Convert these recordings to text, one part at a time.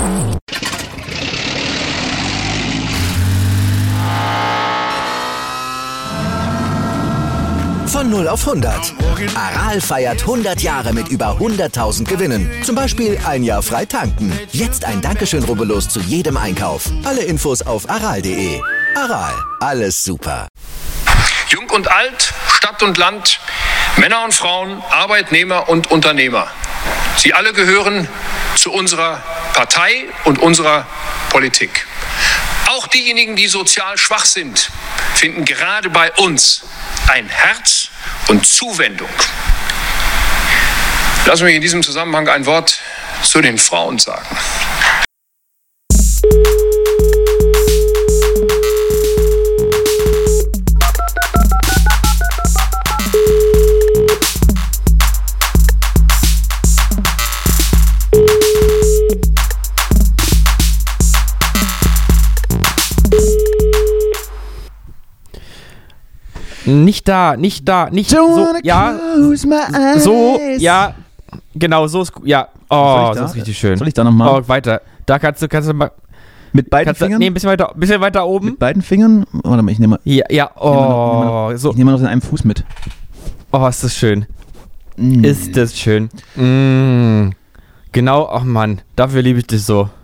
Von 0 auf 100. Aral feiert 100 Jahre mit über 100.000 Gewinnen. Zum Beispiel ein Jahr frei tanken. Jetzt ein Dankeschön, rubbellos zu jedem Einkauf. Alle Infos auf aral.de. Aral, alles super. Jung und alt, Stadt und Land, Männer und Frauen, Arbeitnehmer und Unternehmer. Sie alle gehören zu unserer Partei und unserer Politik. Auch diejenigen, die sozial schwach sind, finden gerade bei uns ein Herz und Zuwendung. Lassen mich in diesem Zusammenhang ein Wort zu den Frauen sagen. Nicht so, ja, so, ja, genau, so ist, ja, oh, das ist richtig schön. Soll ich da nochmal? Oh, weiter, da kannst du mal. Mit beiden Fingern? Nee, ein bisschen weiter oben. Mit beiden Fingern? Warte mal, ich nehme mal. So. Ich nehme mal noch den einen Fuß mit. Oh, ist das schön. Ist das schön. Genau, ach Mann, dafür liebe ich dich so.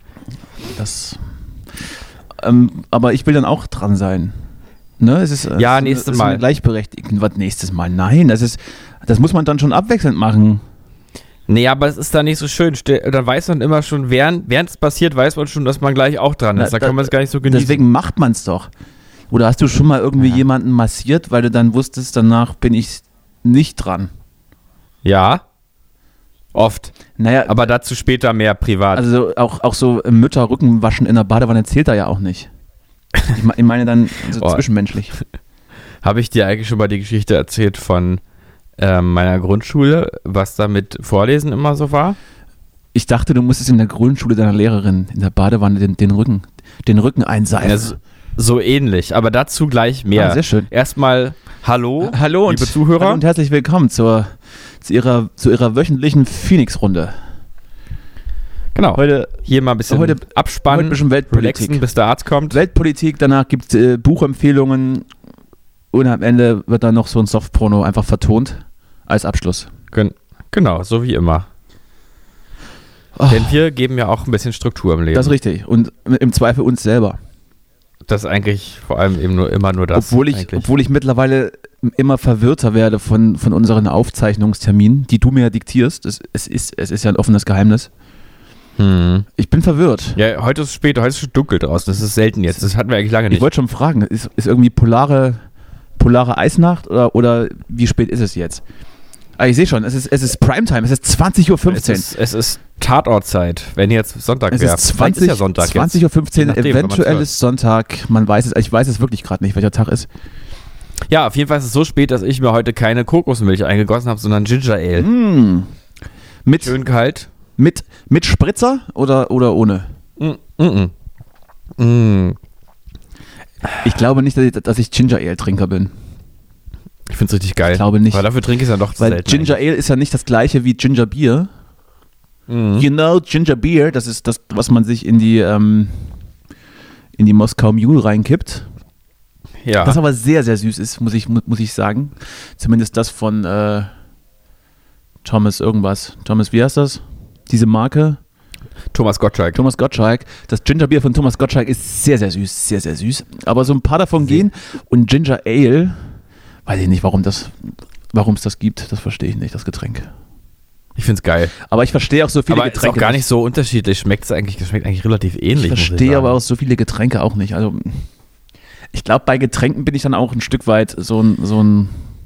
Aber ich will dann auch dran sein. Ne, es ist, ja, nächstes Mal. Gleichberechtigt. Was nächstes Mal? Nein, das muss man dann schon abwechselnd machen. Nee, aber es ist dann nicht so schön. Dann weiß man immer schon, während es passiert, weiß man schon, dass man gleich auch dran ist. Da kann man es gar nicht so genießen. Deswegen macht man es doch. Oder hast du schon mal irgendwie jemanden massiert, weil du dann wusstest, danach bin ich nicht dran? Ja. Oft. Naja, aber dazu später mehr privat. Also auch so Mütter Rücken waschen in der Badewanne zählt da ja auch nicht. Ich meine dann so zwischenmenschlich. Habe ich dir eigentlich schon mal die Geschichte erzählt von meiner Grundschule, was da mit Vorlesen immer so war? Ich dachte, du musstest in der Grundschule deiner Lehrerin in der Badewanne den Rücken einseifen. Ja, so ähnlich, aber dazu gleich mehr. Sehr schön. Erstmal hallo liebe Zuhörer. Hallo und herzlich willkommen zu ihrer wöchentlichen Phoenix-Runde. Genau. Heute hier mal ein bisschen abspannen, heute ein bisschen Weltpolitik. Relaxen, bis der Arzt kommt. Weltpolitik, danach gibt es Buchempfehlungen und am Ende wird dann noch so ein Softporno einfach vertont als Abschluss. Genau, so wie immer. Denn wir geben ja auch ein bisschen Struktur im Leben. Das ist richtig. Und im Zweifel uns selber. Das ist eigentlich vor allem eben immer nur das. Obwohl ich mittlerweile immer verwirrter werde von unseren Aufzeichnungsterminen, die du mir diktierst. Es ist ja ein offenes Geheimnis. Ich bin verwirrt. Ja, heute ist es spät, heute ist es schon dunkel draußen. Das ist selten jetzt. Das hatten wir eigentlich lange nicht. Ich wollte schon fragen, ist irgendwie polare Eisnacht oder wie spät ist es jetzt? Aber ich sehe schon, es ist Primetime, es ist 20.15 Uhr. Es ist Tatortzeit, wenn jetzt Sonntag wäre. Es ist 20.15 Uhr, eventuell ist Sonntag. Ich weiß es wirklich gerade nicht, welcher Tag ist. Ja, auf jeden Fall ist es so spät, dass ich mir heute keine Kokosmilch eingegossen habe, sondern Ginger Ale. Schön kalt. Mit Spritzer oder ohne? Ich glaube nicht, dass ich Ginger Ale Trinker bin. Ich finde es richtig geil. Ich glaube nicht. Aber dafür trinke ich es ja doch zu selten. Ginger Ale ist ja nicht das gleiche wie Ginger Beer. You know, Ginger Beer, das ist das, was man sich in die Moskau Mule reinkippt. Ja. Das aber sehr, sehr süß ist, muss ich sagen. Zumindest das von Thomas irgendwas. Thomas, wie heißt das? Diese Marke? Thomas Gottschalk. Das Ginger Beer von Thomas Gottschalk ist sehr, sehr süß. Sehr, sehr süß. Aber so ein paar davon gehen. Und Ginger Ale, weiß ich nicht, warum es das gibt. Das verstehe ich nicht, das Getränk. Ich finde es geil. Aber ich verstehe auch so viele Getränke. Aber ist auch gar nicht so unterschiedlich. Das schmeckt eigentlich relativ ähnlich. Ich verstehe aber auch so viele Getränke auch nicht. Also ich glaube, bei Getränken bin ich dann auch ein Stück weit so ein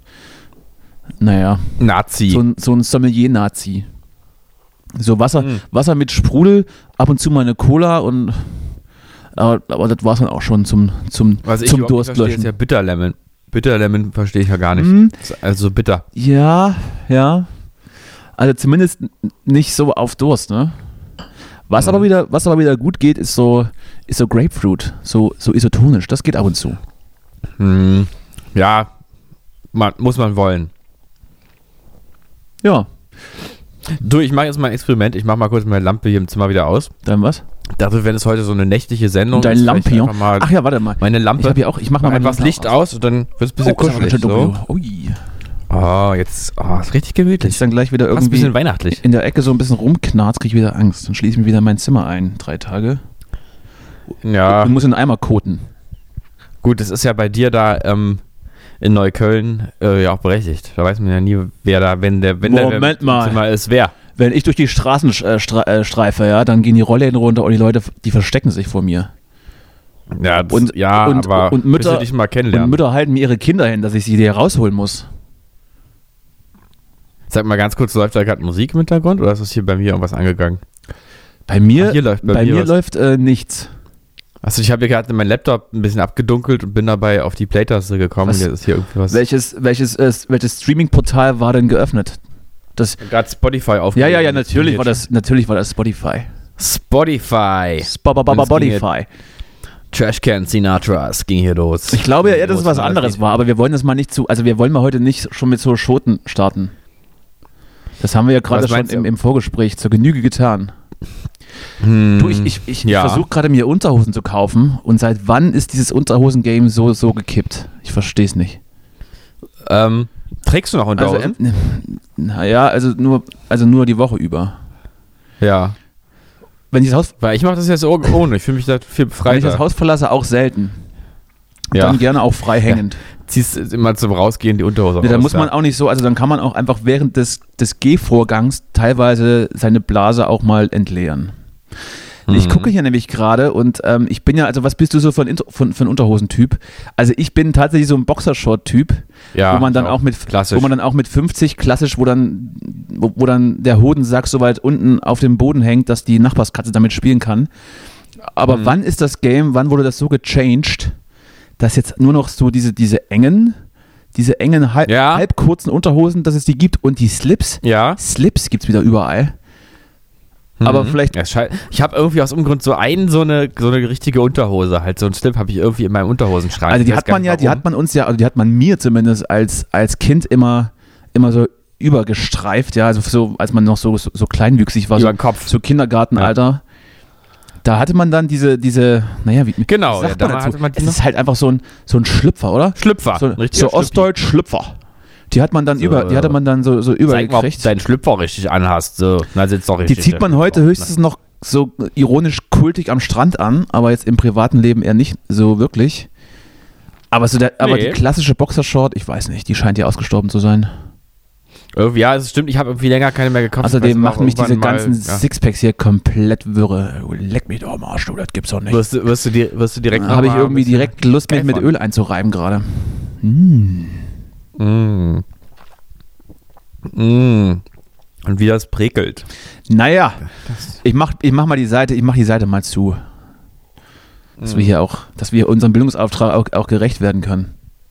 Nazi. So ein Sommelier-Nazi. So Wasser mit Sprudel, ab und zu mal eine Cola aber das war es dann auch schon zum Durstlöschen. Ist ja Bitterlemon. Bitterlemon verstehe ich ja gar nicht. Also bitter. Ja. Also zumindest nicht so auf Durst, ne? Was aber wieder gut geht, ist so Grapefruit, so isotonisch. Das geht ab und zu. Ja, muss man wollen. Ja. Du, ich mache jetzt mal ein Experiment. Ich mache mal kurz meine Lampe hier im Zimmer wieder aus. Dann was? Dachte, wenn es heute so eine nächtliche Sendung Dein ist, Lampion? mal Ach ja, warte mal. meine Lampe. Ich mach mal einfach das Licht aus und dann wird es ein bisschen kuschelig. So. Ui. Ist richtig gemütlich. Ist dann gleich wieder Fast irgendwie ein bisschen weihnachtlich. in der Ecke so ein bisschen rumknarzt, kriege ich wieder Angst. Dann schließe ich mir wieder mein Zimmer ein, 3 Tage. Ja. Und muss in den Eimer koten. Gut, das ist ja bei dir da in Neukölln ja auch berechtigt. Da weiß man ja nie, wer da, wenn der Moment mal. Zimmer ist, wer. Wenn ich durch die Straßen streife, ja, dann gehen die Rollläden runter und die Leute, die verstecken sich vor mir. Ja, aber und Mütter, bis sie dich mal kennenlernen. Und Mütter halten mir ihre Kinder hin, dass ich sie hier rausholen muss. Sag mal ganz kurz, läuft da gerade Musik im Hintergrund oder ist das hier bei mir irgendwas angegangen? Bei mir, bei mir läuft nichts. Achso, ich habe hier gerade meinen Laptop ein bisschen abgedunkelt und bin dabei auf die Play-Taste gekommen. Jetzt ist hier irgendwie was. Welches Streaming-Portal war denn geöffnet? Gerade Spotify aufgenommen. Ja, natürlich war das Spotify. Spotify. Spotify. Trashcan Sinatras ging hier los. Ich glaube ja, dass es was anderes war, aber wir wollen das mal nicht wir wollen mal heute nicht schon mit so Schoten starten. Das haben wir ja gerade schon im Vorgespräch zur Genüge getan. Du, ich versuche gerade mir Unterhosen zu kaufen und seit wann ist dieses Unterhosen-Game so gekippt? Ich verstehe es nicht. Trägst du noch Unterhosen? Also nur die Woche über. Ja. Weil ich mache das jetzt ohne, ich fühle mich da viel befreiter. Wenn ich das Haus verlasse, auch selten. Ja. Dann gerne auch frei hängend. Ja. Ziehst immer zum Rausgehen die Unterhose Da muss man auch nicht so, also dann kann man auch einfach während des Gehvorgangs teilweise seine Blase auch mal entleeren. Ich gucke hier nämlich gerade und ich bin ja, also was bist du so für ein Unterhosentyp? Also ich bin tatsächlich so ein Boxershort-Typ, wo man dann auch mit 50 klassisch, wo dann der Hodensack so weit unten auf dem Boden hängt, dass die Nachbarskatze damit spielen kann. Aber wann wann wurde das so gechanged, dass jetzt nur noch so diese engen halb kurzen Unterhosen, dass es die gibt und die Slips. Ja. Slips gibt es wieder überall. Aber vielleicht. Ich habe irgendwie aus irgendeinem Grund so eine richtige Unterhose, halt so einen Slip habe ich irgendwie in meinem Unterhosenschrank. Also die hat man mir zumindest als Kind immer so übergestreift, ja, also so, als man noch so kleinwüchsig war, über den Kopf. So Kindergartenalter. Ja. Da hatte man dann diese naja, wie genau, sagt man dazu? Es ist halt einfach so ein Schlüpfer, oder? Schlüpfer, so Ostdeutsch Schlüpfer. Die hat man dann so übergekriegt. Zeig mal, ob du deinen Schlüpfer richtig anhast. So, na, sitzt doch richtig. Die zieht man heute höchstens noch so ironisch kultig am Strand an, aber jetzt im privaten Leben eher nicht so wirklich. Aber die klassische Boxershort, ich weiß nicht, die scheint ja ausgestorben zu sein. Ja, es stimmt, ich habe irgendwie länger keine mehr gekauft. Außerdem machen mich diese ganzen Sixpacks hier komplett wirre. Leck mich doch am Arsch, du, das gibt's doch nicht. Wirst du direkt habe ich irgendwie direkt Lust, mich mit Öl einzureiben gerade. Und wie das prickelt. Naja, ich mach mal die Seite mal zu. Dass wir unserem Bildungsauftrag auch gerecht werden können.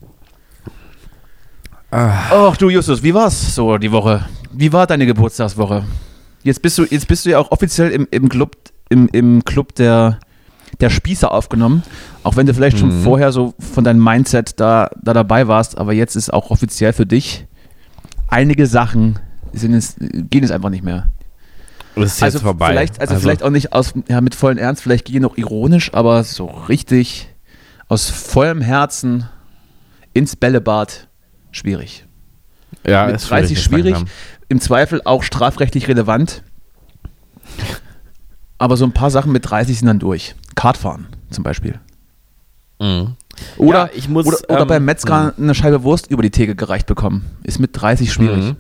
Ach du Justus, wie war's so die Woche? Wie war deine Geburtstagswoche? Jetzt bist du ja auch offiziell im Club der Spießer aufgenommen, auch wenn du vielleicht schon vorher so von deinem Mindset da dabei warst, aber jetzt ist auch offiziell für dich, einige Sachen gehen es einfach nicht mehr. Das ist jetzt vorbei. Vielleicht auch nicht mit vollem Ernst, vielleicht gehen noch ironisch, aber so richtig aus vollem Herzen ins Bällebad schwierig. Ja, mit 30 schwierig, im Zweifel auch strafrechtlich relevant. Aber so ein paar Sachen mit 30 sind dann durch. Kartfahren zum Beispiel. Oder beim Metzger eine Scheibe Wurst über die Theke gereicht bekommen. Ist mit 30 schwierig.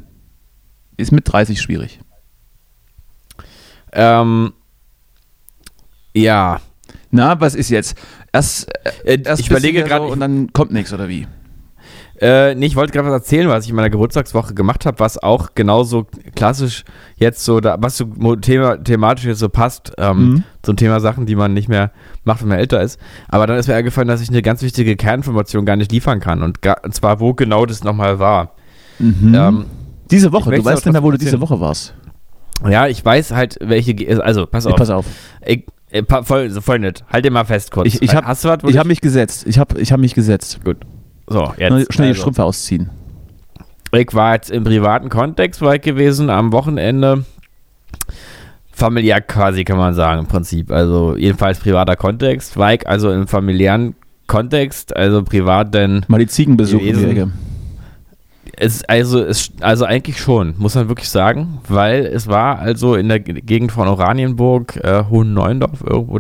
Ja. Na, was ist jetzt? Erst ich überlege gerade so und dann kommt nichts, oder wie? Ich wollte gerade was erzählen, was ich in meiner Geburtstagswoche gemacht habe, was auch genauso klassisch jetzt so, was so thematisch jetzt so passt, so ein Thema Sachen, die man nicht mehr macht, wenn man älter ist. Aber dann ist mir eingefallen, dass ich eine ganz wichtige Kerninformation gar nicht liefern kann und zwar, wo genau das nochmal war. Diese Woche, du weißt nicht mehr, wo du diese Woche warst. Ja, ich weiß halt, welche, also pass auf. Voll nett, halt dir mal fest kurz. Ich habe mich gesetzt. Ich hab mich gesetzt. Gut. So, jetzt. Schnell die Strümpfe ausziehen. Ich war jetzt im privaten Kontext gewesen am Wochenende familiär quasi, kann man sagen, im Prinzip. Also jedenfalls privater Kontext. Weig, also im familiären Kontext, also privat denn. Mal die Ziegen besuchen. Also eigentlich schon, muss man wirklich sagen, weil es war also in der Gegend von Oranienburg, Hohenneuendorf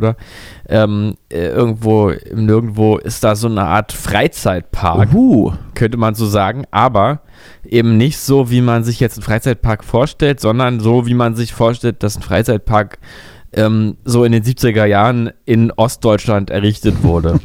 irgendwo im Nirgendwo ist da so eine Art Freizeitpark, könnte man so sagen, aber eben nicht so, wie man sich jetzt einen Freizeitpark vorstellt, sondern so, wie man sich vorstellt, dass ein Freizeitpark so in den 70er Jahren in Ostdeutschland errichtet wurde.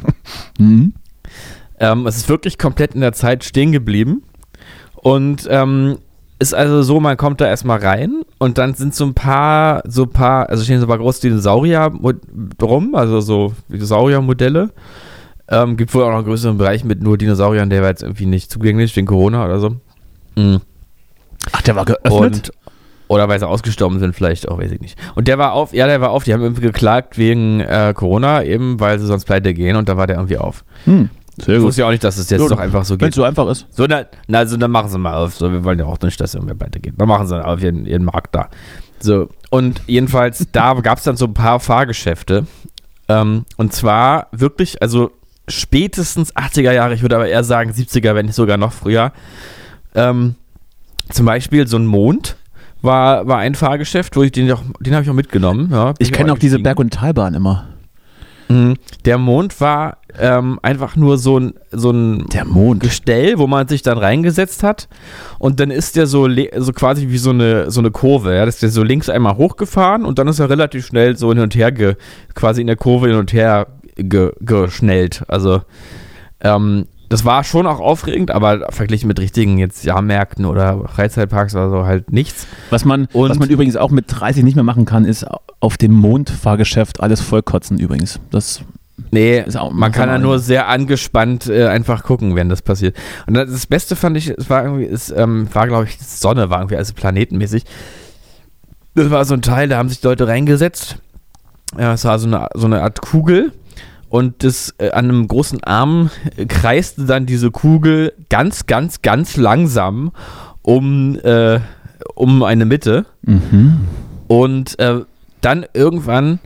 Es ist wirklich komplett in der Zeit stehen geblieben. Und ist also so, man kommt da erstmal rein und dann sind also stehen so ein paar große Dinosaurier drum, also so Dinosauriermodelle. Gibt wohl auch noch einen größeren Bereich mit nur Dinosauriern, der war jetzt irgendwie nicht zugänglich wegen Corona oder so. Ach, der war geöffnet? Oder weil sie ausgestorben sind, vielleicht auch, weiß ich nicht. Und der war auf, die haben irgendwie geklagt wegen Corona, eben weil sie sonst pleite gehen und da war der irgendwie auf. Sehr ich gut. wusste ja auch nicht, dass es jetzt doch einfach so geht. Wenn es so einfach ist. So, also dann machen sie mal auf. So, wir wollen ja auch nicht, dass irgendwer weitergeht. Dann machen sie auf ihren Markt da. So, und jedenfalls, da gab es dann so ein paar Fahrgeschäfte. Und zwar wirklich, also spätestens 80er Jahre, ich würde aber eher sagen 70er, wenn nicht sogar noch früher. Zum Beispiel so ein Mond war ein Fahrgeschäft, wo den habe ich auch mitgenommen. Ja, ich kenne auch diese Berg- und Talbahn immer. Der Mond war einfach nur so ein Gestell, wo man sich dann reingesetzt hat und dann ist der so quasi wie so eine Kurve, ja, das ist der so links einmal hochgefahren und dann ist er relativ schnell so hin und her quasi in der Kurve hin und her geschnellt, also das war schon auch aufregend, aber verglichen mit richtigen jetzt Jahrmärkten oder Freizeitparks oder so halt nichts. Was man übrigens auch mit 30 nicht mehr machen kann, ist auf dem Mondfahrgeschäft alles vollkotzen übrigens. Man kann ja nur sehr angespannt einfach gucken, wenn das passiert. Und das Beste fand ich, war glaube ich, die Sonne war irgendwie, also planetenmäßig. Das war so ein Teil, da haben sich die Leute reingesetzt. Es war so eine Art Kugel. Und das an einem großen Arm kreiste dann diese Kugel ganz, ganz, ganz langsam um eine Mitte. Und dann irgendwann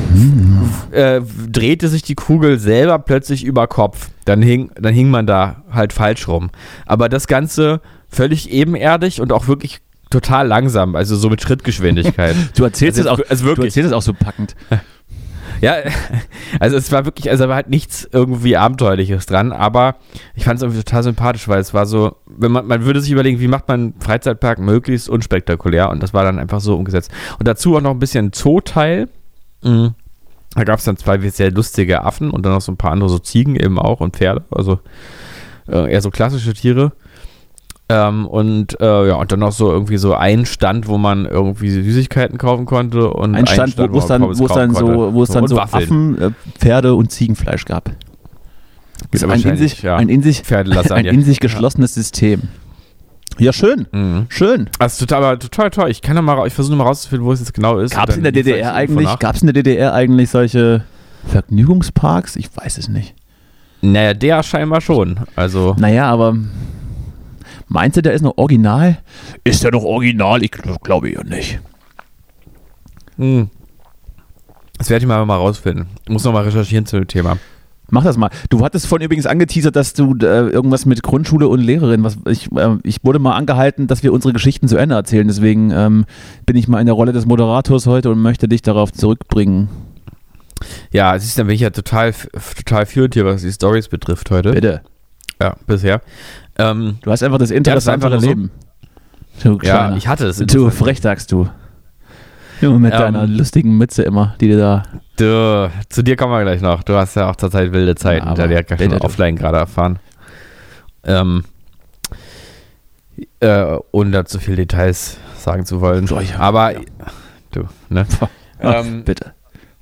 drehte sich die Kugel selber plötzlich über Kopf. Dann hing man da halt falsch rum. Aber das Ganze völlig ebenerdig und auch wirklich total langsam, also so mit Schrittgeschwindigkeit. Du erzählst es auch so packend. Ja, also es war wirklich, war halt nichts irgendwie Abenteuerliches dran, aber ich fand es irgendwie total sympathisch, weil es war so, wenn man würde sich überlegen, wie macht man einen Freizeitpark möglichst unspektakulär und das war dann einfach so umgesetzt. Und dazu auch noch ein bisschen Zooteil. Da gab es dann 2 sehr lustige Affen und dann noch so ein paar andere so Ziegen eben auch und Pferde, also eher so klassische Tiere. Und dann noch so irgendwie so ein Stand, wo man irgendwie Süßigkeiten kaufen konnte und ein Stand, wo es dann so Affen, Pferde und Ziegenfleisch gab. Ist ein in sich geschlossenes System. Ja, schön. Schön. Das ist total toll. Ich versuche mal rauszufinden, wo es jetzt genau ist. Gab es in der DDR eigentlich solche Vergnügungsparks? Ich weiß es nicht. Naja, der scheinbar schon. Also. Naja, aber meinst du, der ist noch original? Ist der noch original? Ich glaube ja nicht. Das werde ich mal rausfinden. Ich muss noch mal recherchieren zu dem Thema. Mach das mal. Du hattest vorhin übrigens angeteasert, dass du irgendwas mit Grundschule und Lehrerin, ich wurde mal angehalten, dass wir unsere Geschichten zu Ende erzählen. Deswegen bin ich mal in der Rolle des Moderators heute und möchte dich darauf zurückbringen. Ja, siehst du, dann bin ich ja total führend hier, was die Storys betrifft heute. Bitte. Ja, bisher. Du hast einfach das interessantere Leben. Ja, ich hatte es. Du Frechdachs, du. Mit deiner lustigen Mütze immer, die du da... Zu dir kommen wir gleich noch. Du hast ja auch zurzeit wilde Zeiten. Ja, der hat ja schon offline gerade erfahren. Ohne zu viele Details sagen zu wollen. Aber, du, ne? Bitte.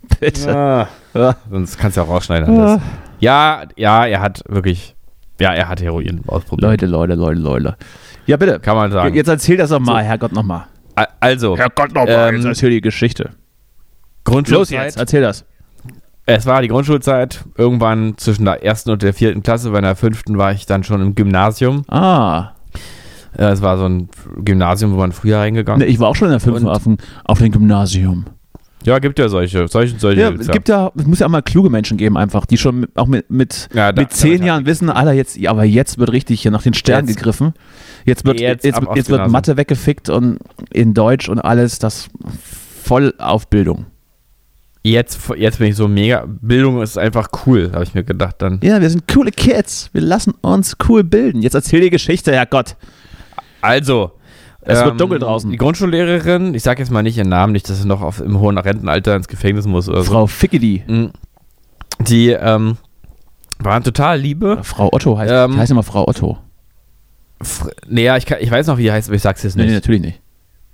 Sonst kannst du ja auch rausschneiden. Alles. Ja, er hat wirklich... Ja, er hat Heroin ausprobiert. Leute. Ja, bitte. Kann man sagen. Jetzt erzähl das doch mal, Herrgott, nochmal. Also. Herrgott, nochmal. Jetzt erzähl die Geschichte. Grundschulzeit. Los jetzt, erzähl das. Es war die Grundschulzeit. Irgendwann zwischen der 1. und der 4. Klasse. Bei der 5. war ich dann schon im Gymnasium. Es war so ein Gymnasium, wo man früher reingegangen ist. Ich war auch schon in der 5. auf dem Gymnasium. Ja, gibt ja solche. Ja, es muss ja auch mal kluge Menschen geben, einfach, die schon mit 10 Jahren wissen, Alter, jetzt wird richtig hier nach den Sternen gegriffen. Jetzt wird Mathe weggefickt und in Deutsch und alles, das voll auf Bildung. Jetzt bin ich so mega, Bildung ist einfach cool, habe ich mir gedacht dann. Ja, wir sind coole Kids, wir lassen uns cool bilden. Jetzt erzähl die Geschichte, Herrgott. Also, es wird dunkel draußen. Die Grundschullehrerin, ich sage jetzt mal nicht ihren Namen, nicht, dass sie noch im hohen Rentenalter ins Gefängnis muss oder so. Frau Fickedi. Die waren total liebe. Frau Otto heißt, die heißt immer Frau Otto. Ich weiß noch, wie die heißt, aber ich sag's jetzt nicht. Nee, natürlich nicht.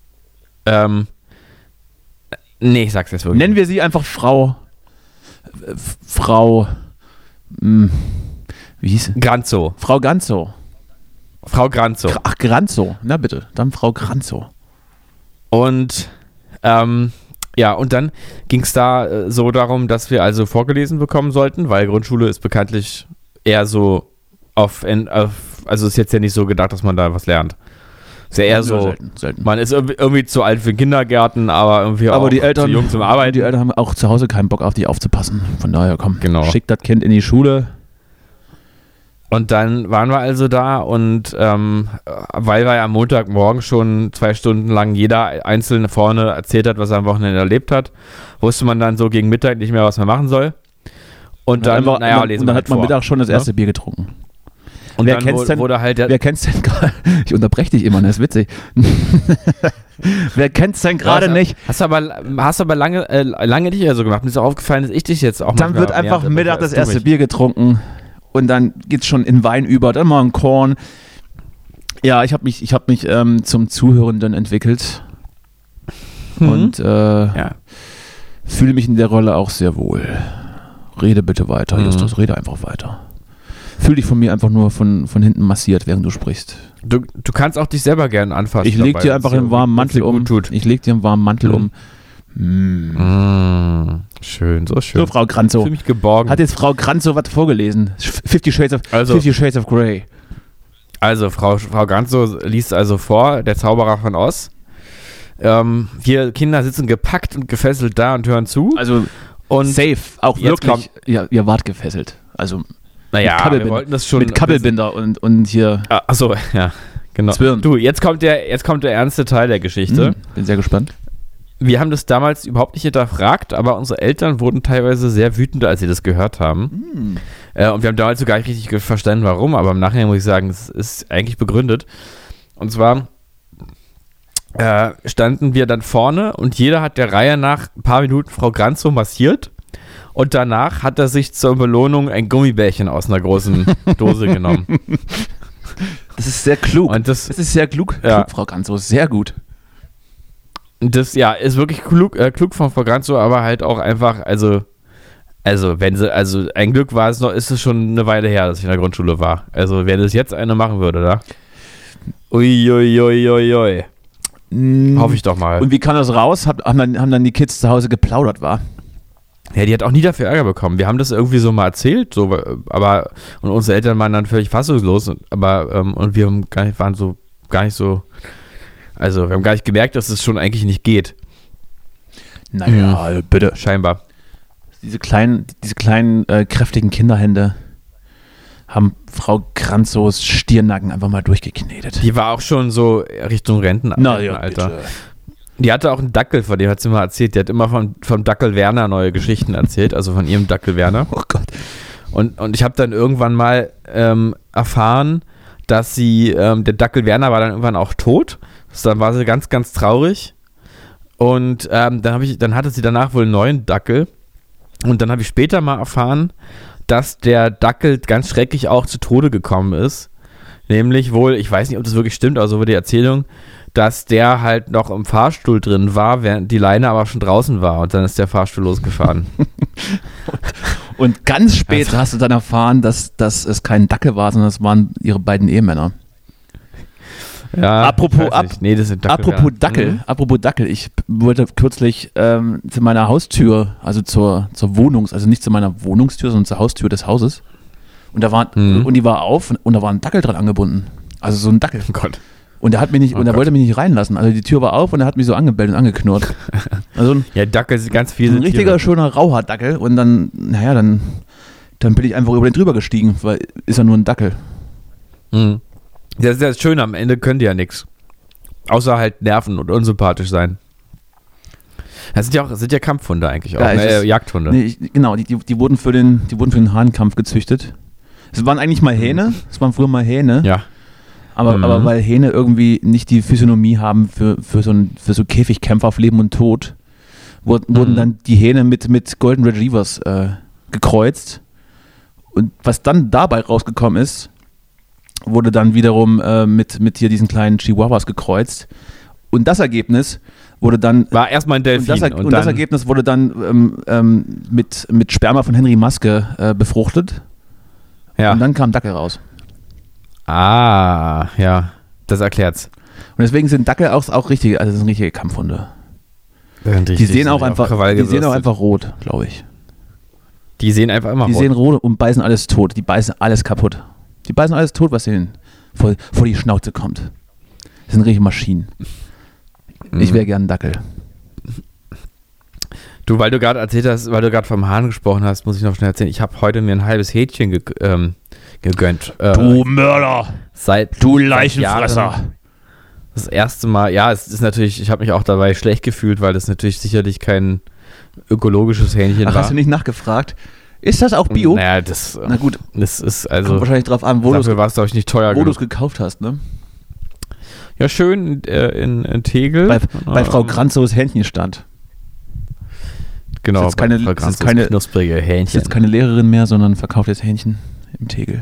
Nee, ich sag's jetzt wirklich. Nennen wir sie einfach Frau. Wie hieß sie? Granzow. Frau Granzow. Frau Granzow. Ach, Granzow. Na bitte, dann Frau Granzow. Und und dann ging es da so darum, dass wir also vorgelesen bekommen sollten, weil Grundschule ist bekanntlich eher so also ist jetzt ja nicht so gedacht, dass man da was lernt. Ist ja eher so, selten. Man ist irgendwie zu alt für den Kindergarten, aber irgendwie auch die Eltern, zu jung zum Arbeiten. Die Eltern haben auch zu Hause keinen Bock auf die aufzupassen. Von daher, komm, schick das Kind in die Schule. Und dann waren wir also da und weil wir ja am Montagmorgen schon 2 Stunden lang jeder Einzelne vorne erzählt hat, was er am Wochenende erlebt hat, wusste man dann so gegen Mittag nicht mehr, was man machen soll. Und dann hat man Mittag schon das erste Bier getrunken. Und wer kennt's denn gerade? Ich unterbreche dich immer, das ist witzig. Wer kennt's denn gerade nicht? Hast du aber lange nicht so gemacht. Mir ist auch aufgefallen, dass ich dich jetzt auch dann wird einfach Mittag das erste Bier getrunken und dann geht's schon in Wein über, dann mal ein Korn. Ja, ich hab mich zum Zuhörenden entwickelt und fühle mich in der Rolle auch sehr wohl. Rede bitte weiter, Justus, rede einfach weiter. Fühl dich von mir einfach nur von hinten massiert, während du sprichst. Du kannst auch dich selber gerne anfassen. Ich leg dir einfach einen warmen Mantel um. Ich leg dir einen warmen Mantel um. Schön, so schön. So, Frau Granzow. Ich fühle mich geborgen. Hat jetzt Frau Granzow was vorgelesen? 50 Shades of Grey. Also, Frau Granzow liest also vor, der Zauberer von Oz. Wir Kinder sitzen gepackt und gefesselt da und hören zu. Also, und safe, auch wirklich. Ihr wart gefesselt. Also, wir wollten das schon. Mit Kabelbinder und hier. Achso, ja, genau. Zwirn. Du, jetzt kommt der ernste Teil der Geschichte. Bin sehr gespannt. Wir haben das damals überhaupt nicht hinterfragt, aber unsere Eltern wurden teilweise sehr wütend, als sie das gehört haben. Und wir haben damals so gar nicht richtig verstanden, warum, aber im Nachhinein muss ich sagen, es ist eigentlich begründet. Und zwar standen wir dann vorne und jeder hat der Reihe nach ein paar Minuten Frau Granzow massiert. Und danach hat er sich zur Belohnung ein Gummibärchen aus einer großen Dose genommen. Das ist sehr klug. Und das ist sehr klug, Frau Granzow. Sehr gut. Das ist wirklich klug von Frau Granzow, aber halt auch einfach, also ein Glück war es noch, ist es schon eine Weile her, dass ich in der Grundschule war. Also wenn das jetzt eine machen würde, da. Uiuiuiui. Hoffe ich doch mal. Und wie kam das raus? Haben dann die Kids zu Hause geplaudert, war? Ja, die hat auch nie dafür Ärger bekommen. Wir haben das irgendwie so mal erzählt, und unsere Eltern waren dann völlig fassungslos, und wir haben wir haben gar nicht gemerkt, dass es schon eigentlich nicht geht. Naja, bitte. Scheinbar. Diese kleinen kräftigen Kinderhände haben Frau Granzows Stirnacken einfach mal durchgeknetet. Die war auch schon so Richtung Rentenalter. Bitte. Die hatte auch einen Dackel, von dem hat sie mal erzählt. Die hat immer vom Dackel Werner neue Geschichten erzählt, also von ihrem Dackel Werner. Oh Gott. Und ich habe dann irgendwann mal erfahren, dass der Dackel Werner war dann irgendwann auch tot. Dann war sie ganz, ganz traurig. Und dann hatte sie danach wohl einen neuen Dackel. Und dann habe ich später mal erfahren, dass der Dackel ganz schrecklich auch zu Tode gekommen ist. Nämlich wohl, ich weiß nicht, ob das wirklich stimmt, aber so war die Erzählung, dass der halt noch im Fahrstuhl drin war, während die Leine aber schon draußen war und dann ist der Fahrstuhl losgefahren. Und ganz spät hast du dann erfahren, dass es kein Dackel war, sondern es waren ihre beiden Ehemänner. Ja, apropos Dackel, Dackel, ich wollte kürzlich zu meiner Haustür, also zur Wohnungs-, also nicht zu meiner Wohnungstür, sondern zur Haustür des Hauses. Und und die war auf und da war ein Dackel dran angebunden. Also so ein Dackel. Oh Gott. Und er wollte mich nicht reinlassen. Also die Tür war auf und er hat mich so angebellt und angeknurrt. Also Dackel sind ganz fiese ein richtiger, Tiere. schöner Rauhaardackel. Und dann bin ich einfach über den drüber gestiegen, weil ist ja nur ein Dackel. Mhm. Das ist ja schön, am Ende können die ja nichts. Außer halt nerven und unsympathisch sein. Das sind ja Kampfhunde eigentlich auch, Jagdhunde. Nee, die wurden für den Hahnkampf gezüchtet. Es waren eigentlich mal Hähne, es waren früher mal Hähne. Ja. Aber weil Hähne irgendwie nicht die Physiognomie haben für so Käfigkämpfer auf Leben und Tod, wurden dann die Hähne mit Golden Retrievers gekreuzt. Und was dann dabei rausgekommen ist, wurde dann wiederum mit hier diesen kleinen Chihuahuas gekreuzt. Und das Ergebnis wurde dann... War erstmal ein Delfin. Und das Ergebnis wurde dann mit Sperma von Henry Maske befruchtet. Ja. Und dann kam Dackel raus. Ah, ja. Das erklärt's. Und deswegen sind Dackel auch richtige, also das sind richtige Kampfhunde. Die sehen auch einfach rot, glaube ich. Die sehen einfach immer Die rot. sehen rot und beißen alles tot. Die beißen alles kaputt. Die beißen alles tot, was ihnen vor die Schnauze kommt. Das sind richtige Maschinen. Ich wäre gern ein Dackel. Du, weil du gerade erzählt hast, weil du gerade vom Hahn gesprochen hast, muss ich noch schnell erzählen. Ich habe heute mir ein halbes Hähnchen gegönnt. Du Mörder! Du Leichenfresser! Das erste Mal, ja, es ist natürlich, ich habe mich auch dabei schlecht gefühlt, weil das natürlich sicherlich kein ökologisches Hähnchen war. Hast du nicht nachgefragt? Ist das auch Bio? Naja, Na gut. Das ist also. Kommt wahrscheinlich drauf an, wo du es nicht teuer wo du es gekauft hast, ne? Ja, schön in Tegel. Bei Frau Granzos Hähnchenstand. Genau, das ist keine knusprige Hähnchen. Ist jetzt keine Lehrerin mehr, sondern verkauftes Hähnchen im Tegel.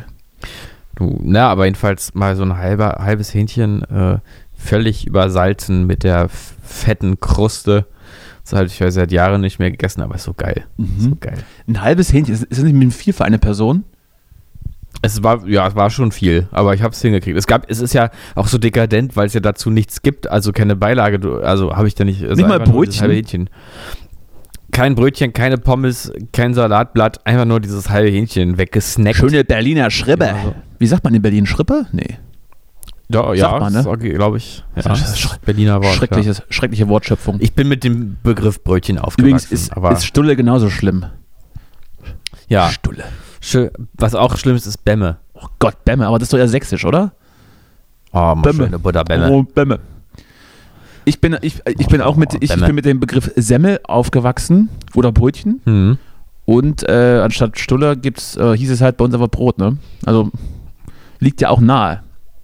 Aber jedenfalls mal so ein halbes Hähnchen, völlig übersalzen mit der fetten Kruste. Das habe ich seit Jahren nicht mehr gegessen, aber ist so geil. So geil. Ein halbes Hähnchen, ist das nicht mit viel für eine Person? Es war schon viel, aber ich habe es hingekriegt. Es ist ja auch so dekadent, weil es ja dazu nichts gibt, also keine Beilage, also habe ich da nicht. Nicht mal Brötchen? Halbe Hähnchen. Kein Brötchen, keine Pommes, kein Salatblatt, einfach nur dieses halbe Hähnchen weggesnackt. Schöne Berliner Schrippe. Ja, so. Wie sagt man in Berlin? Schrippe? Nee. Ja, man, ne? Glaube ich. Ja, das ist Berliner Wort. Schreckliche Wortschöpfung. Ich bin mit dem Begriff Brötchen aufgewachsen. Übrigens ist Stulle genauso schlimm. Ja. Stulle. Was auch schlimm ist Bämme. Oh Gott, Bämme, aber das ist doch ja sächsisch, oder? Oh, schöne Butterbämme. Oh, Bämme. Ich bin mit dem Begriff Semmel aufgewachsen oder Brötchen. Mhm. Und anstatt Stulle hieß es halt bei uns einfach Brot, ne? Also liegt ja auch nahe.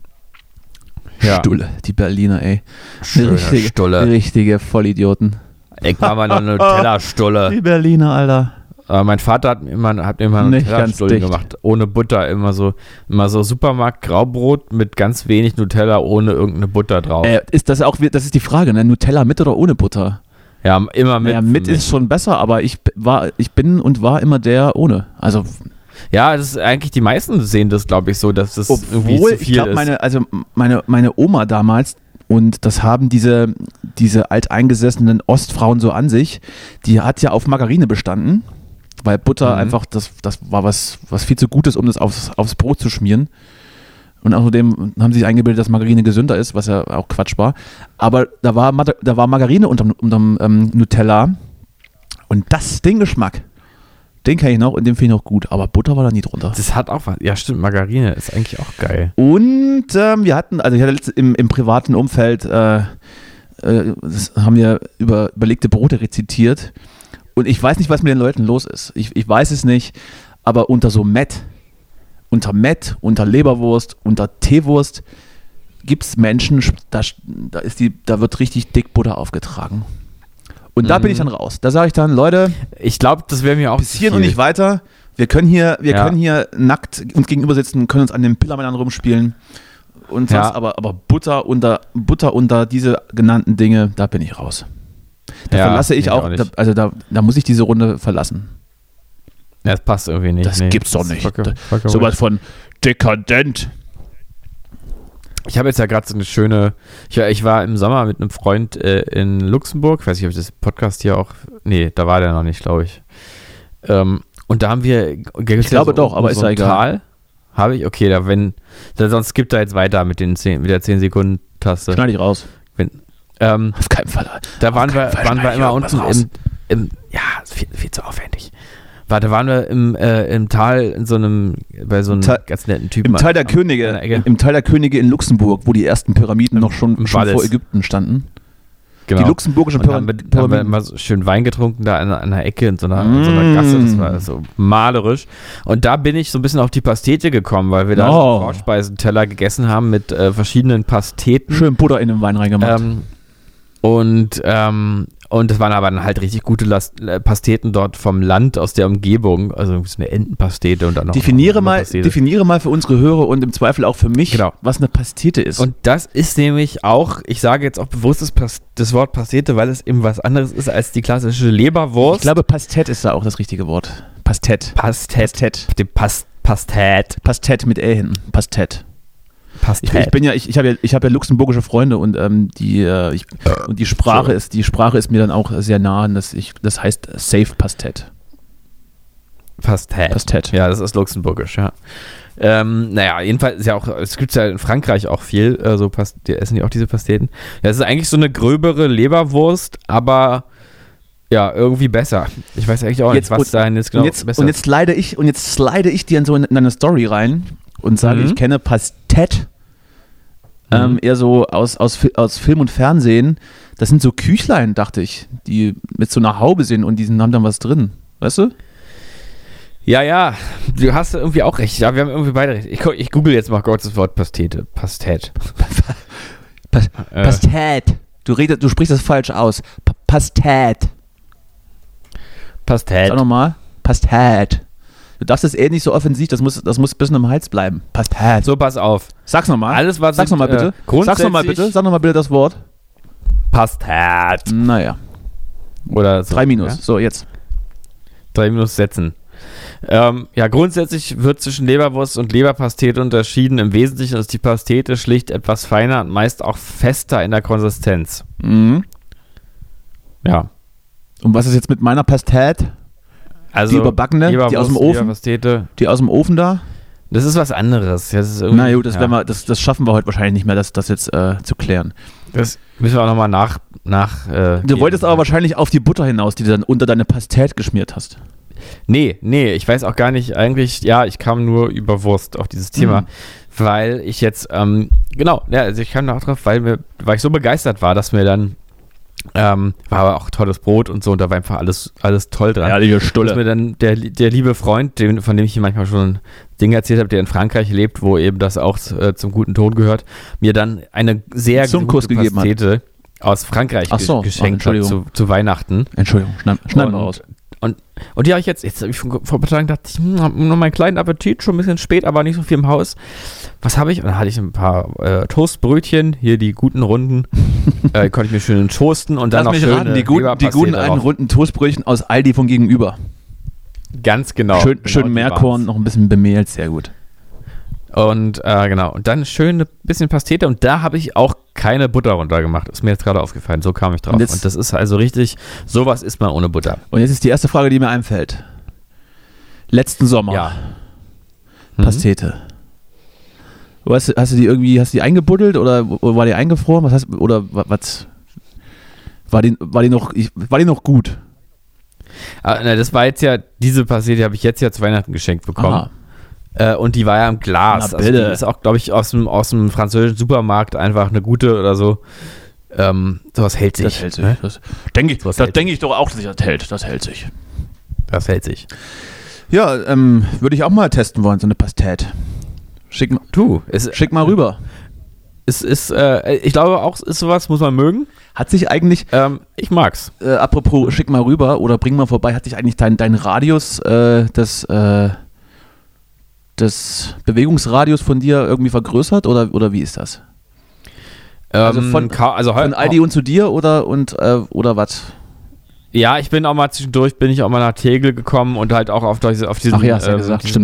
Ja. Stulle, die Berliner, ey. Richtige Vollidioten. Ich war mal noch eine Nutella-Stulle. Die Berliner, Alter. Mein Vater hat immer Nutella-Stullen gemacht, ohne Butter, immer so Supermarkt-Graubrot mit ganz wenig Nutella, ohne irgendeine Butter drauf. Das ist die Frage, ne? Nutella mit oder ohne Butter? Ja, immer mit. Ja, mit ist schon besser, aber ich bin und war immer der ohne. Also ja, das ist eigentlich, die meisten sehen das, glaube ich, so, dass das irgendwie zu viel ist. Meine Oma damals, und das haben diese alteingesessenen Ostfrauen so an sich, die hat ja auf Margarine bestanden, weil Butter einfach, das war was viel zu Gutes, um das aufs Brot zu schmieren. Und außerdem haben sie sich eingebildet, dass Margarine gesünder ist, was ja auch Quatsch war. Aber da war Margarine unterm Nutella, und den Geschmack, den kann ich noch und den finde ich noch gut. Aber Butter war da nie drunter. Das hat auch was. Ja, stimmt, Margarine ist eigentlich auch geil. Und ich hatte im privaten Umfeld, das haben wir über überlegte Brote rezitiert. Und ich weiß nicht, was mit den Leuten los ist. Ich weiß es nicht, aber unter Leberwurst, unter Teewurst gibt es Menschen, da wird richtig dick Butter aufgetragen. Und da bin ich dann raus. Da sage ich dann, Leute, ich glaube, das wäre mir auch bis hier und nicht weiter. Wir können hier nackt uns gegenüber sitzen, können uns an den Pillermännern rumspielen und sonst, aber Butter unter diese genannten Dinge, da bin ich raus. Da verlasse ich auch da muss ich diese Runde verlassen. Ja, das passt irgendwie nicht. Das gibt's doch nicht. Sowas von dekadent. Ich habe jetzt ja gerade so eine schöne, ich war im Sommer mit einem Freund in Luxemburg, ich weiß nicht, ob ich das Podcast hier auch, nee, da war der noch nicht, glaube ich. Und da haben wir, ich glaube doch, aber ist ja egal. Habe ich? Okay, sonst gibt er jetzt weiter mit der 10 Sekunden Taste. Schneide ich raus. Auf keinen Fall. Da waren wir immer unten ja, viel zu aufwendig. Da waren wir im Tal bei so einem ganz netten Typen. Im Tal der Könige in Luxemburg, wo die ersten Pyramiden noch schon vor Ägypten standen. Genau. Die luxemburgischen Pyramiden. Da haben wir immer so schön Wein getrunken, da an einer Ecke in so einer Gasse. Das war so malerisch. Und da bin ich so ein bisschen auf die Pastete gekommen, weil wir da so einen Vorspeisenteller gegessen haben mit verschiedenen Pasteten. Schön Butter in den Wein reingemacht. Und das waren aber dann halt richtig gute Pasteten dort vom Land aus der Umgebung, also eine Entenpastete und dann noch Definiere mal für unsere Hörer und im Zweifel auch für mich, was eine Pastete ist. Und das ist nämlich auch, ich sage jetzt auch bewusst das Wort Pastete, weil es eben was anderes ist als die klassische Leberwurst. Ich glaube, Pastete ist da auch das richtige Wort. Pastete. Pastete mit Ä hinten. Pastete. Ich habe ja luxemburgische Freunde und die Sprache ist mir dann auch sehr nah, das heißt Safe Pastete. Pastete. Ja, das ist luxemburgisch, ja. Jedenfalls ist ja auch, es gibt ja in Frankreich auch viel, die essen ja auch diese Pasteten. Ja, es ist eigentlich so eine gröbere Leberwurst, aber ja, irgendwie besser. Ich weiß eigentlich auch nicht, was da jetzt genau besser ist. Und jetzt slide ich dir in eine Story rein und sage, ich kenne Pastete eher so aus Film und Fernsehen. Das sind so Küchlein, dachte ich, die mit so einer Haube sind und die haben dann was drin. Weißt du? Ja, du hast irgendwie auch recht. Ja, wir haben irgendwie beide recht. Ich google jetzt mal kurz das Wort Pastete. Pastete. Pastete. Du sprichst das falsch aus. Pastete. Sag nochmal. Pastete. Du darfst es nicht so offensiv, das muss ein bisschen im Hals bleiben. Pastete. So, pass auf. Sag's nochmal. Sag's nochmal bitte. Sag nochmal bitte das Wort. Pastete. Naja. Oder so. 3 Minus. Ja? So, jetzt. 3 Minus setzen. Grundsätzlich wird zwischen Leberwurst und Leberpastete unterschieden. Im Wesentlichen ist die Pastete schlicht etwas feiner und meist auch fester in der Konsistenz. Mhm. Ja. Und was ist jetzt mit meiner Pastete? Also die überbackene, die aus dem Ofen? Die aus dem Ofen da? Das ist was anderes. Na gut, das schaffen wir heute wahrscheinlich nicht mehr, das jetzt zu klären. Das müssen wir auch nochmal nach Du wolltest aber wahrscheinlich auf die Butter hinaus, die du dann unter deine Pastete geschmiert hast. Nee, ich weiß auch gar nicht, eigentlich, ich kam nur über Wurst auf dieses Thema, weil ich jetzt, ich kam da auch drauf, weil ich so begeistert war, dass mir dann war aber auch tolles Brot und so und da war einfach alles toll dran. Ja, die Stulle. Dass mir dann der liebe Freund, von dem ich ihm manchmal schon Dinge erzählt habe, der in Frankreich lebt, wo eben das auch zum guten Ton gehört, mir dann eine sehr gute Pastete aus Frankreich geschenkt hat zu Weihnachten. Entschuldigung, schneiden wir raus. Und die habe ich jetzt habe ich vor ein paar Tagen gedacht, ich habe nur meinen kleinen Appetit, schon ein bisschen spät, aber nicht so viel im Haus. Was habe ich? Und dann hatte ich ein paar Toastbrötchen, hier die guten runden, konnte ich mir schön toasten und dann noch schön die guten einen runden Toastbrötchen aus Aldi von gegenüber. Ganz genau. Schön Meerkorn, noch ein bisschen bemehlt, sehr gut. Und und dann schön ein bisschen Pastete und da habe ich auch keine Butter runtergemacht. Ist mir jetzt gerade aufgefallen, so kam ich drauf. Und das ist also richtig, sowas isst man ohne Butter. Und jetzt ist die erste Frage, die mir einfällt. Letzten Sommer. Ja. Pastete. Hast du die eingebuddelt oder war die eingefroren? Was war die noch gut? Das war jetzt ja, diese Pastete habe ich jetzt ja zu Weihnachten geschenkt bekommen. Aha. Und die war ja im Glas. Also die ist auch, glaube ich, aus dem französischen Supermarkt einfach eine gute oder so. Sowas hält sich. Das hält sich. Ne? Das denke ich doch auch, dass sich das hält. Das hält sich. Das hält sich. Ja, würde ich auch mal testen wollen, so eine Pastete. Schick mal rüber. Ich glaube auch, ist sowas, muss man mögen. Hat sich eigentlich... ich mag's. Apropos, schick mal rüber oder bring mal vorbei, hat sich eigentlich dein Radius des Bewegungsradius von dir irgendwie vergrößert oder wie ist das? Also von Aldi und zu dir oder was? Ja, ich bin auch mal zwischendurch, nach Tegel gekommen und halt auch auf diesen... Ach ja, hast ja gesagt, stimmt.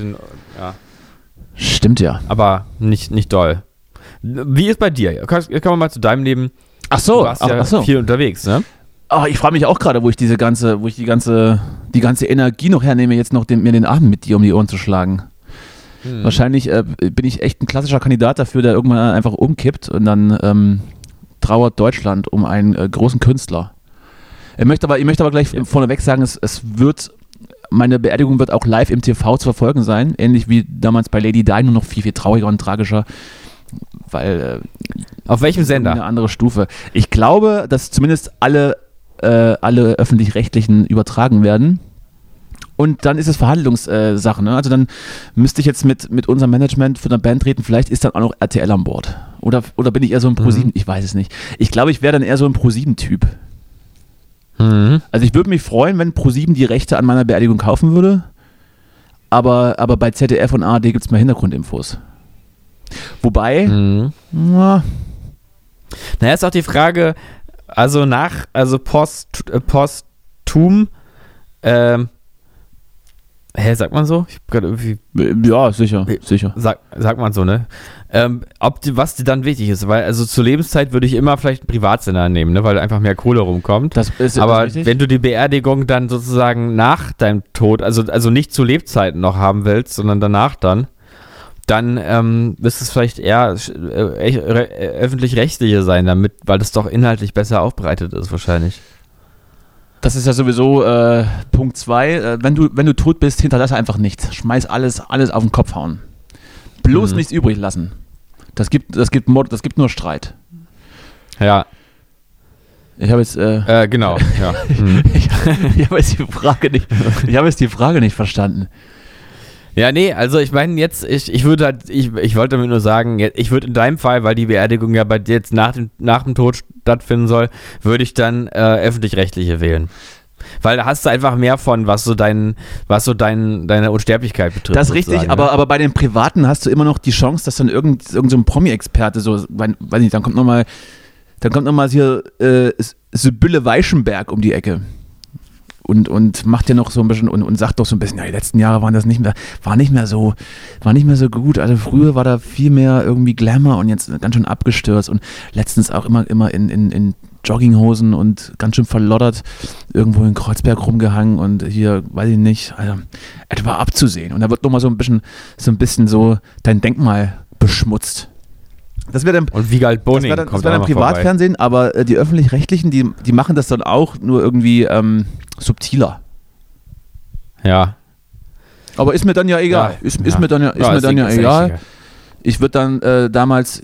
Stimmt ja. Aber nicht doll. Wie ist bei dir? Kommen wir mal zu deinem Leben. Ach so. Du warst viel unterwegs, ne? Ich frage mich auch gerade, wo ich die ganze Energie noch hernehme, jetzt noch mir den Abend mit dir um die Ohren zu schlagen. Wahrscheinlich bin ich echt ein klassischer Kandidat dafür, der irgendwann einfach umkippt und dann trauert Deutschland um einen großen Künstler. Ich möchte aber gleich vorneweg sagen, meine Beerdigung wird auch live im TV zu verfolgen sein, ähnlich wie damals bei Lady Di, nur noch viel, viel trauriger und tragischer, weil auf welchem Sender? Eine andere Stufe. Ich glaube, dass zumindest alle Öffentlich-Rechtlichen übertragen werden. Und dann ist es Verhandlungssache. Ne? Also dann müsste ich jetzt mit unserem Management für eine Band reden. Vielleicht ist dann auch noch RTL an Bord. Oder bin ich eher so ein Pro7? Ich weiß es nicht. Ich glaube, ich wäre dann eher so ein Pro7-Typ. Also ich würde mich freuen, wenn Pro7 die Rechte an meiner Beerdigung kaufen würde. Aber bei ZDF und ARD gibt es mal Hintergrundinfos. Wobei, naja, ist auch die Frage, posthum, sagt man so? Ich hab gerade irgendwie. Ja, sicher. Sagt man so, ne? Was dir dann wichtig ist, weil also zur Lebenszeit würde ich immer vielleicht einen Privatsender nehmen, ne? Weil einfach mehr Kohle rumkommt. Aber wenn du die Beerdigung dann sozusagen nach deinem Tod, also nicht zu Lebzeiten noch haben willst, sondern danach dann müsste es vielleicht eher öffentlich-rechtliche sein, weil das doch inhaltlich besser aufbereitet ist wahrscheinlich. Das ist ja sowieso Punkt 2. Wenn du tot bist, hinterlasse einfach nichts. Schmeiß alles auf den Kopf hauen. Bloß nichts übrig lassen. Das gibt Mord, das gibt nur Streit. Ja. Ich habe jetzt genau. Ja. ich habe jetzt die Frage nicht verstanden. Ja, nee, also ich meine jetzt, ich wollte damit nur sagen, ich würde in deinem Fall, weil die Beerdigung ja bei dir jetzt nach dem Tod stattfinden soll, würde ich dann öffentlich-rechtliche wählen. Weil da hast du einfach mehr von, was so deine Unsterblichkeit betrifft. Das ist richtig, aber bei den Privaten hast du immer noch die Chance, dass dann irgend so ein Promi-Experte weiß nicht, dann kommt nochmal hier Sibylle Weichenberg um die Ecke. Und macht ja noch so ein bisschen und sagt doch so ein bisschen, ja, die letzten Jahre war nicht mehr so gut. Also früher war da viel mehr irgendwie Glamour und jetzt ganz schön abgestürzt und letztens auch immer in Jogginghosen und ganz schön verloddert irgendwo in Kreuzberg rumgehangen und hier, weiß ich nicht, also etwa abzusehen. Und da wird nochmal so ein bisschen so dein Denkmal beschmutzt. Das wäre dann, und Wiegald Boning das wäre dann Privatfernsehen, aber die Öffentlich-Rechtlichen, die machen das dann auch nur irgendwie subtiler. Ja. Aber ist mir dann ja egal. Ja. Ist mir dann ja egal. Ich würde dann damals,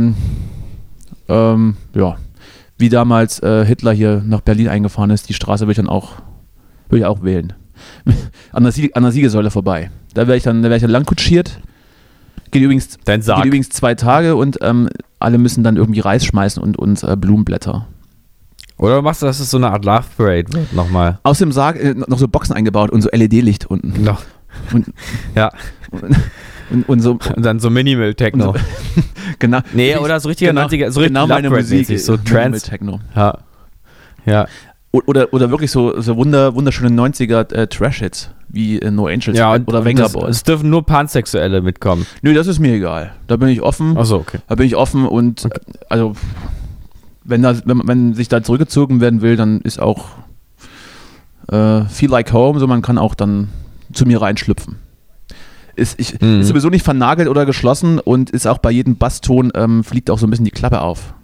wie damals Hitler hier nach Berlin eingefahren ist, die Straße würde ich auch wählen. An der Siegessäule vorbei. Da wäre ich dann lang kutschiert. Geht übrigens 2 Tage und alle müssen dann irgendwie Reis schmeißen und Blumenblätter. Oder machst du, dass es so eine Art Love Parade wird nochmal? Aus dem Sarg noch so Boxen eingebaut und so LED-Licht unten. Noch. Und, ja. Und dann so Minimal-Techno. So, genau. Nee, oder so richtiger 90er, so richtig genau meine Musik, so Trance-Techno. Ja. Ja. Oder wirklich so wunderschöne 90er Trash-Hits wie No Angels oder Venga Boys. Es dürfen nur Pansexuelle mitkommen. Nö, das ist mir egal. Da bin ich offen. Ach so, okay. Da bin ich offen und okay. Also wenn sich da zurückgezogen werden will, dann ist auch Feel Like Home, so man kann auch dann zu mir reinschlüpfen. Ist sowieso nicht vernagelt oder geschlossen und ist auch bei jedem Basston fliegt auch so ein bisschen die Klappe auf.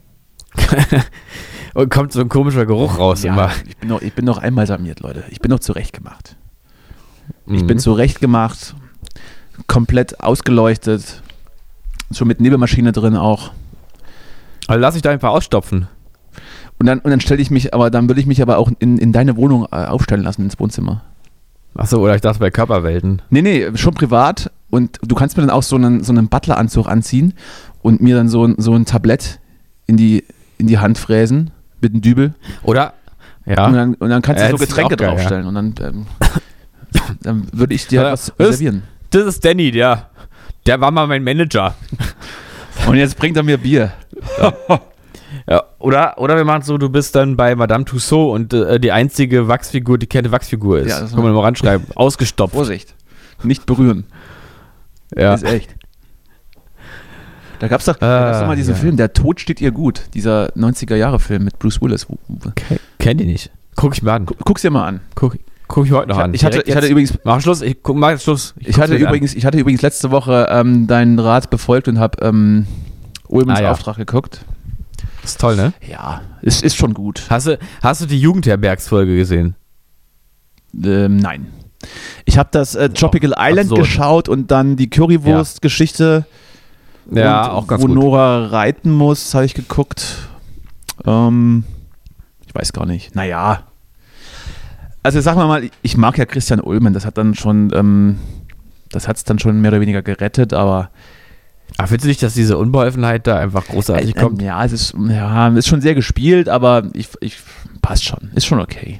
Und kommt so ein komischer Geruch raus immer. Ich bin noch einbalsamiert, Leute. Ich bin noch zurechtgemacht. Ich bin zurechtgemacht, komplett ausgeleuchtet, schon mit Nebelmaschine drin auch. Also lass ich da einfach ausstopfen. Und dann würde ich mich aber auch in deine Wohnung aufstellen lassen, ins Wohnzimmer. Achso, oder ich dachte bei Körperwelten. Nee, schon privat. Und du kannst mir dann auch so einen Butleranzug anziehen und mir dann so ein Tablett in die Hand fräsen mit einem Dübel. Oder? Ja. Und dann kannst du so Getränke draufstellen. Ja. Und dann würde ich dir was servieren. Das ist Danny, der war mal mein Manager. Und jetzt bringt er mir Bier. Ja, oder wir machen es so, du bist dann bei Madame Tussauds und die einzige Wachsfigur, die keine Wachsfigur ist. Ja, das kann man mal ranschreiben. Ausgestopft. Vorsicht. Nicht berühren. Ja. Das ist echt. Da gab's doch mal diesen Film, Der Tod steht ihr gut. Dieser 90er-Jahre-Film mit Bruce Willis. Kenn die nicht. Guck ich mir an. Guck's dir mal an. Guck Guck ich heute noch an. Ich hatte übrigens... Mach Schluss, mach Schluss. Ich hatte übrigens letzte Woche deinen Rat befolgt und habe Ulmens Auftrag geguckt. Das ist toll, ne? Ja, es ist schon gut. Hast du die Jugendherbergsfolge gesehen? Nein. Ich habe das Tropical Island geschaut und dann die Currywurst-Geschichte. Ja, auch ganz gut. Wo gut. Nora reiten muss, habe ich geguckt. Ich weiß gar nicht. Naja. Also sagen wir mal, ich mag ja Christian Ulmen. Das hat dann schon, das hat es dann schon mehr oder weniger gerettet, aber... Ach, findest du nicht, dass diese Unbeholfenheit da einfach großartig kommt? Ja, es ist schon sehr gespielt, aber ich passt schon. Ist schon okay.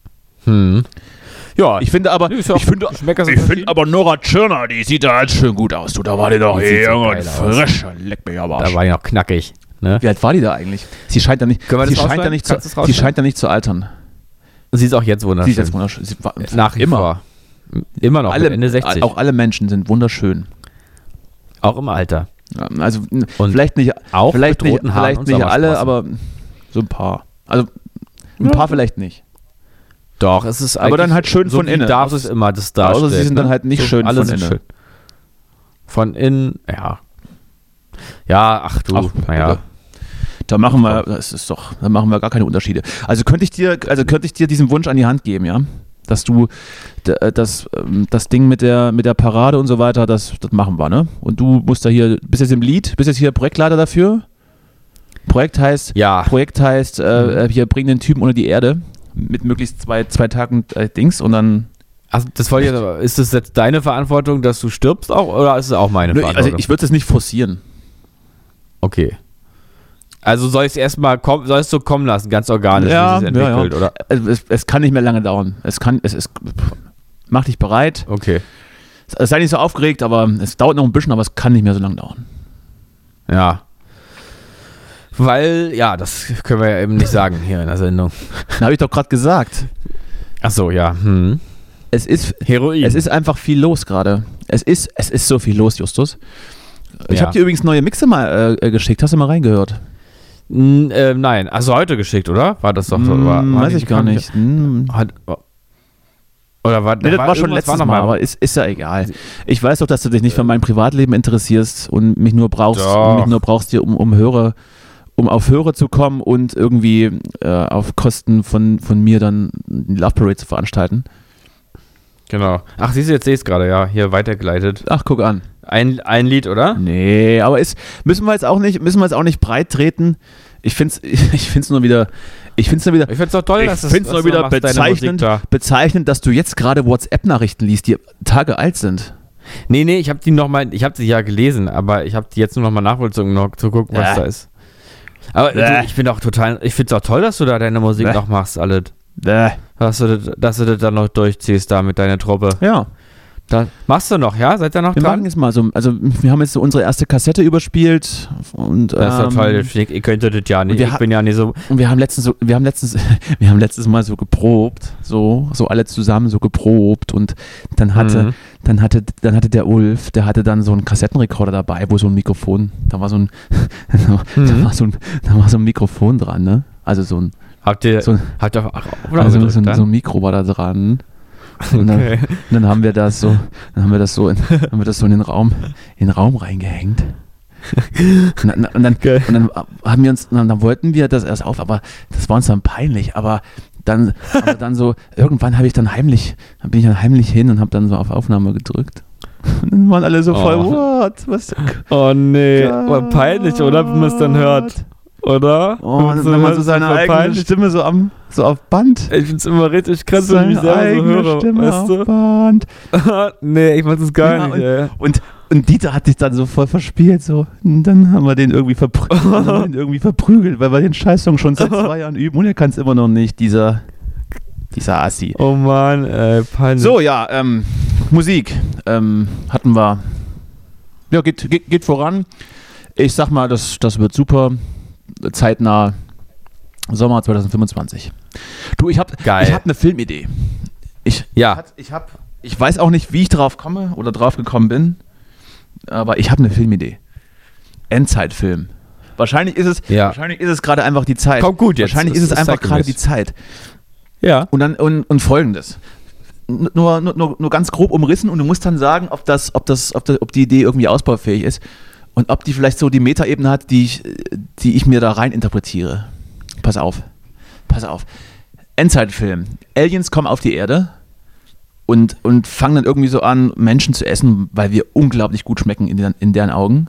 Ja, ich finde aber, Nora Tschirner, die sieht da halt schön gut aus. Du, da war die doch jung und frisch. Leck mich aber Arsch. Da war die noch knackig. Ne? Wie alt war die da eigentlich? Sie scheint da nicht zu altern. Sie ist auch jetzt wunderschön. Sie ist jetzt wunderschön. Nach wie vor. Immer noch, Ende 60. Auch alle Menschen sind wunderschön. Auch im Alter. Also und vielleicht nicht auch vielleicht mit roten Haaren nicht alle, aber so ein paar. Also ein paar vielleicht nicht. Doch, es ist aber dann halt schön so von innen. Darf es immer das darstellen. Also sie sind dann halt nicht so schön von innen. Schön. Von innen, ja. Ja, ach du, naja. Da machen wir gar keine Unterschiede. Also könnte ich dir diesen Wunsch an die Hand geben, ja? Dass du das Ding mit der Parade und so weiter, das machen wir, ne? Und du musst da hier, bist jetzt im Lied, bist jetzt hier Projektleiter dafür. Projekt heißt, hier bringen den Typen unter die Erde mit möglichst zwei Tagen Dings und dann... Also ist das jetzt deine Verantwortung, dass du stirbst auch, oder ist es auch meine Verantwortung? Also ich würde es nicht forcieren. Okay. Also soll ich es so kommen lassen, ganz organisch, wie es sich entwickelt, oder? Es kann nicht mehr lange dauern. Mach dich bereit. Okay. Sei nicht so aufgeregt, aber es dauert noch ein bisschen, aber es kann nicht mehr so lange dauern. Ja. Weil, das können wir ja eben nicht sagen hier in der Sendung. Habe ich doch gerade gesagt. Ach so, ja. Es ist Heroin. Es ist einfach viel los gerade. Es ist so viel los, Justus. Ich habe dir übrigens neue Mixe mal geschickt. Hast du mal reingehört? Nein. Also heute geschickt, oder? War das doch so? Weiß ich gar nicht. Oder war das war schon letztes Mal, aber ist ja egal. Ich weiß doch, dass du dich nicht für mein Privatleben interessierst und mich nur brauchst, um auf Hörer zu kommen und irgendwie auf Kosten von mir dann die Love Parade zu veranstalten. Genau. Ach, siehst du, jetzt sehe ich es gerade, ja. Hier weitergeleitet. Ach, guck an. Ein Lied, oder? Nee, aber müssen wir jetzt auch nicht breit treten. Ich find's nur wieder bezeichnend, dass du jetzt gerade WhatsApp-Nachrichten liest, die Tage alt sind. Nee, ich habe sie ja gelesen, aber ich habe die jetzt nur nochmal nachvollzogen, noch zu gucken, was da ist. Aber ich finde es auch toll, dass du da deine Musik noch machst, alles. Dass du das dann noch durchziehst da mit deiner Truppe. Ja. Da machst du noch, ja? Seid ihr noch dran? Wir machen jetzt mal so, also wir haben jetzt so unsere erste Kassette überspielt und das ist ja toll, ihr könntet das ja nicht, ich bin ja nicht so... Und wir haben letztes Mal so geprobt, so alle zusammen so geprobt und dann hatte der Ulf, der hatte dann so einen Kassettenrekorder dabei, wo so ein Mikrofon, da war so ein Mikrofon dran, ne? Also so ein... so ein Mikro war da dran. Und dann haben wir das so in den Raum reingehängt. Und dann haben wir uns, dann wollten wir das erst auf, aber das war uns dann peinlich. Aber dann so irgendwann bin ich dann heimlich hin und habe dann so auf Aufnahme gedrückt. Und dann waren alle so voll, what? Was? Oh nee, aber peinlich, oder? Wenn man es dann hört. Oder? Oh, wenn man so seine eigene Stimme so auf Band. Ich find's immer richtig krass, wenn ich mich selber so höre. Stimme weißt du? auf Band. Nee, ich weiß es gar nicht, ey. Und Dieter hat sich dann so voll verspielt, so. Und dann haben wir den irgendwie verprügelt, weil wir den Scheißsong schon seit 2 Jahren üben und er kann es immer noch nicht, dieser Assi. Oh Mann, peinlich. So, ja, Musik hatten wir. Ja, geht voran. Ich sag mal, das wird super. Zeitnah Sommer 2025. Du, ich hab eine Filmidee. Ich weiß auch nicht, wie ich drauf komme oder drauf gekommen bin, aber ich habe eine Filmidee. Endzeitfilm. Wahrscheinlich ist es gerade einfach die Zeit. Kommt gut jetzt. Wahrscheinlich ist es einfach gerade die Zeit. Ja. Und Folgendes. nur ganz grob umrissen und du musst dann sagen, ob die Idee irgendwie ausbaufähig ist und ob die vielleicht so die Metaebene hat, die ich mir da rein interpretiere. Pass auf. Endzeitfilm. Aliens kommen auf die Erde und fangen dann irgendwie so an, Menschen zu essen, weil wir unglaublich gut schmecken in deren Augen.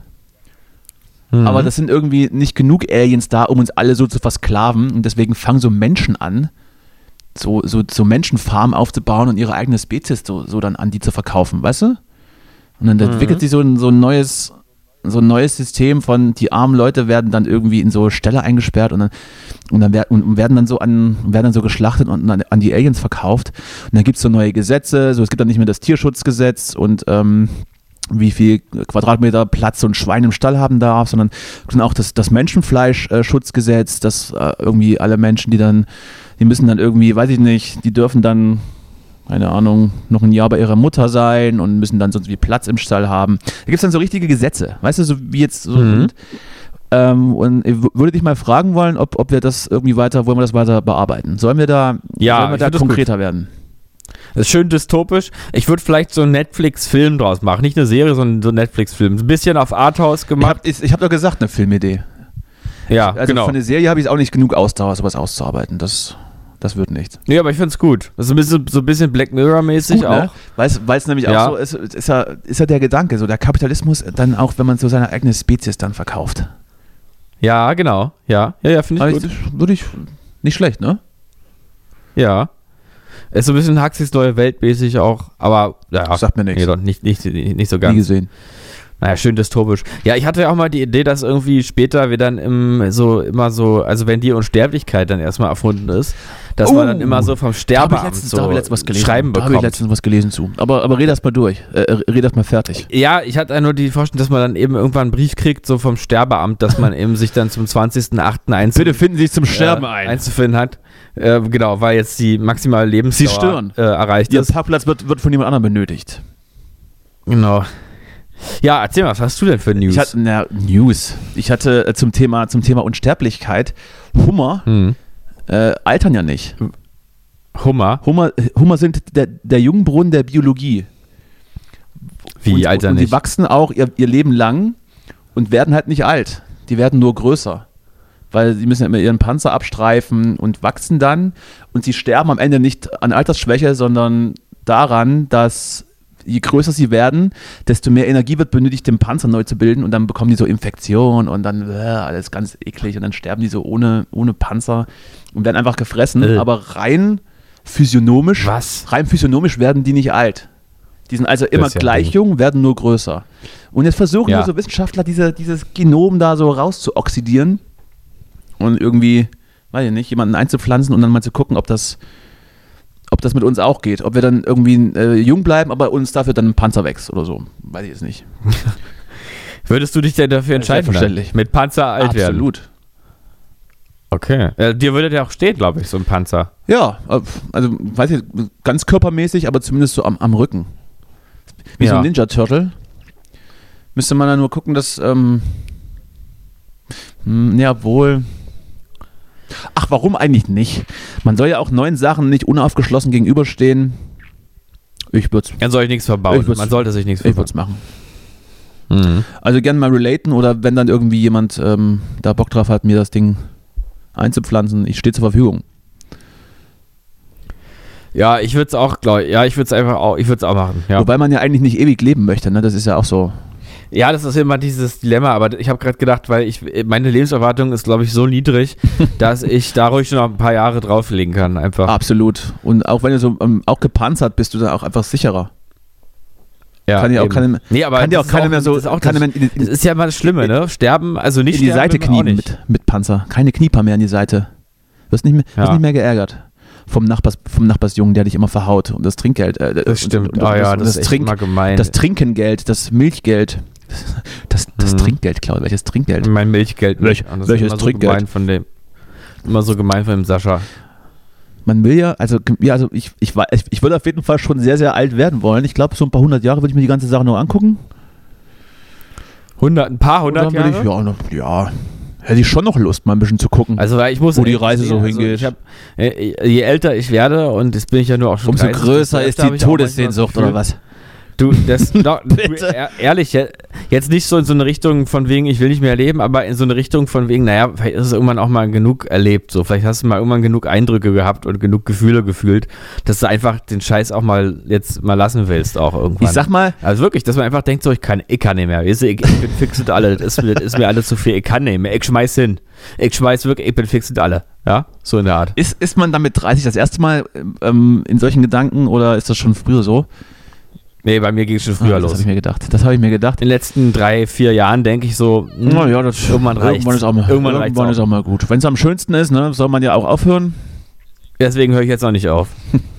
Mhm. Aber das sind irgendwie nicht genug Aliens da, um uns alle so zu versklaven und deswegen fangen so Menschen an, so Menschenfarmen aufzubauen und ihre eigene Spezies so dann an die zu verkaufen, weißt du? Und dann entwickelt sich so ein neues System von, die armen Leute werden dann irgendwie in so Ställe eingesperrt und werden dann so geschlachtet und an die Aliens verkauft. Und dann gibt es so neue Gesetze, so es gibt dann nicht mehr das Tierschutzgesetz und wie viel Quadratmeter Platz so ein Schwein im Stall haben darf, sondern auch das Menschenfleischschutzgesetz, dass irgendwie alle Menschen, die müssen dann irgendwie, weiß ich nicht, die dürfen dann, keine Ahnung, noch ein Jahr bei ihrer Mutter sein und müssen dann sonst wie Platz im Stall haben. Da gibt es dann so richtige Gesetze, weißt du, so wie jetzt so sind. Und ich würde dich mal fragen wollen, ob wir das irgendwie wollen wir das weiter bearbeiten? Sollen wir da konkreter werden? Das ist schön dystopisch. Ich würde vielleicht so einen Netflix-Film draus machen. Nicht eine Serie, sondern so einen Netflix-Film. Ein bisschen auf Arthouse gemacht. Ich hab doch gesagt, eine Filmidee. Ja, also genau. Von der Serie habe ich auch nicht genug Ausdauer, sowas auszuarbeiten. Das wird nichts. Nee, aber ich finde es gut. Das ist so ein bisschen Black Mirror-mäßig auch. Ne? Weil es nämlich auch so ist ja der Gedanke, so der Kapitalismus dann auch, wenn man so seine eigene Spezies dann verkauft. Ja, genau. Ja, finde ich gut. Würde ich nicht schlecht, ne? Ja. Ist so ein bisschen Huxleys neue Welt mäßig auch, aber ja. Sagt mir nichts. Nee, nicht so ganz. Nie gesehen. Naja, schön dystopisch. Ja, ich hatte ja auch mal die Idee, dass irgendwie später wir dann also wenn die Unsterblichkeit dann erstmal erfunden ist, dass man dann immer so vom Sterbeamt Schreiben bekommt. Da habe ich letztens was gelesen zu. Aber red das mal durch. Red das mal fertig. Ja, ich hatte nur die Vorstellung, dass man dann eben irgendwann einen Brief kriegt, so vom Sterbeamt, dass man eben sich dann zum 20.08. Bitte finden Sie sich zum Sterben einzufinden hat. Genau, weil jetzt die maximale Lebensdauer erreicht ist. Ihr Parkplatz wird von jemand anderem benötigt. Genau. Ja, erzähl mal, was hast du denn für News? Ich hatte zum Thema Unsterblichkeit, Hummer altern ja nicht. Hummer sind der Jungbrunnen der Biologie. Wie altern nicht? Und die wachsen auch ihr Leben lang und werden halt nicht alt. Die werden nur größer. Weil sie müssen ja immer ihren Panzer abstreifen und wachsen dann. Und sie sterben am Ende nicht an Altersschwäche, sondern daran, dass je größer sie werden, desto mehr Energie wird benötigt, den Panzer neu zu bilden und dann bekommen die so Infektionen und dann alles ganz eklig und dann sterben die so ohne Panzer und werden einfach gefressen, aber rein physiognomisch werden die nicht alt. Die sind also immer gleich jung, werden nur größer. Und jetzt versuchen so Wissenschaftler dieses Genom da so rauszooxidieren und irgendwie, weiß ich nicht, jemanden einzupflanzen und dann mal zu gucken, ob das mit uns auch geht. Ob wir dann irgendwie jung bleiben, aber uns dafür dann ein Panzer wächst oder so. Weiß ich jetzt nicht. Würdest du dich denn dafür entscheiden? Selbstverständlich. Mit Panzer alt werden? Absolut. Okay. Dir würde der auch stehen, glaube ich, so ein Panzer. Ja, also weiß ich, ganz körpermäßig, aber zumindest so am Rücken. Wie so ein Ninja-Turtle. Müsste man dann nur gucken, dass wohl. Ach, warum eigentlich nicht? Man soll ja auch neuen Sachen nicht unaufgeschlossen gegenüberstehen. Man soll nichts verbauen. Man sollte sich nichts verbauen. Ich würde es machen. Also gerne mal relaten oder wenn dann irgendwie jemand da Bock drauf hat, mir das Ding einzupflanzen, ich stehe zur Verfügung. Ja, ich würde es auch, ich würde es auch machen. Ja. Wobei man ja eigentlich nicht ewig leben möchte, ne? Das ist ja auch so. Ja, das ist immer dieses Dilemma, aber ich habe gerade gedacht, weil meine Lebenserwartung ist, glaube ich, so niedrig, dass ich da ruhig schon noch ein paar Jahre drauflegen kann, einfach. Absolut. Und auch wenn du so auch gepanzert bist, du dann auch einfach sicherer. Ja, kann ja auch keine mehr so. Das ist ja immer das Schlimme, ne? Sterben, also nicht in die Seite knien mit Panzer. Keine Knieper mehr in die Seite. Wirst nicht mehr geärgert. Vom Nachbarsjungen, der dich immer verhaut. Und das Trinkgeld. Das stimmt. Das ist immer gemein. Das Trinkengeld, das Milchgeld. Das Trinkgeld, Claudia. Welches Trinkgeld? Mein Milchgeld. Welches Trinkgeld? Immer so gemein von dem Sascha. Man will ich würde auf jeden Fall schon sehr, sehr alt werden wollen. Ich glaube, so ein paar 100 Jahre würde ich mir die ganze Sache noch angucken. Ein paar 100 Jahre? Hätte ich schon noch Lust, mal ein bisschen zu gucken, Also weil ich muss wo die Reise so hingeht. Je älter ich werde, und jetzt bin ich ja nur auch schon Umso 30, größer desto ist öfter die habe ich auch Todessehnsucht, manchmal oder das was? Du, das, Bitte. ehrlich, jetzt nicht so in so eine Richtung von wegen, ich will nicht mehr leben, aber in so eine Richtung von wegen, naja, vielleicht ist es irgendwann auch mal genug erlebt, so, vielleicht hast du mal irgendwann genug Eindrücke gehabt und genug Gefühle gefühlt, dass du einfach den Scheiß auch mal jetzt mal lassen willst, auch irgendwann. Ich sag mal, Also wirklich, dass man einfach denkt, so, ich kann nicht mehr, weißt du, ich bin fix und alle, das ist mir alles zu viel, ich kann nicht mehr, ich schmeiß hin, ich bin fix und alle, ja, so in der Art. ist man dann mit 30 das erste Mal in solchen Gedanken oder ist das schon früher so? Nee, bei mir ging es schon früher Das los. habe ich mir gedacht. Das habe ich mir gedacht. In den letzten 3-4 Jahren denke ich so, Naja, das irgendwann reicht's. Irgendwann ist auch mal gut. Wenn es am schönsten ist, ne, soll man ja auch aufhören. Deswegen höre ich jetzt noch nicht auf.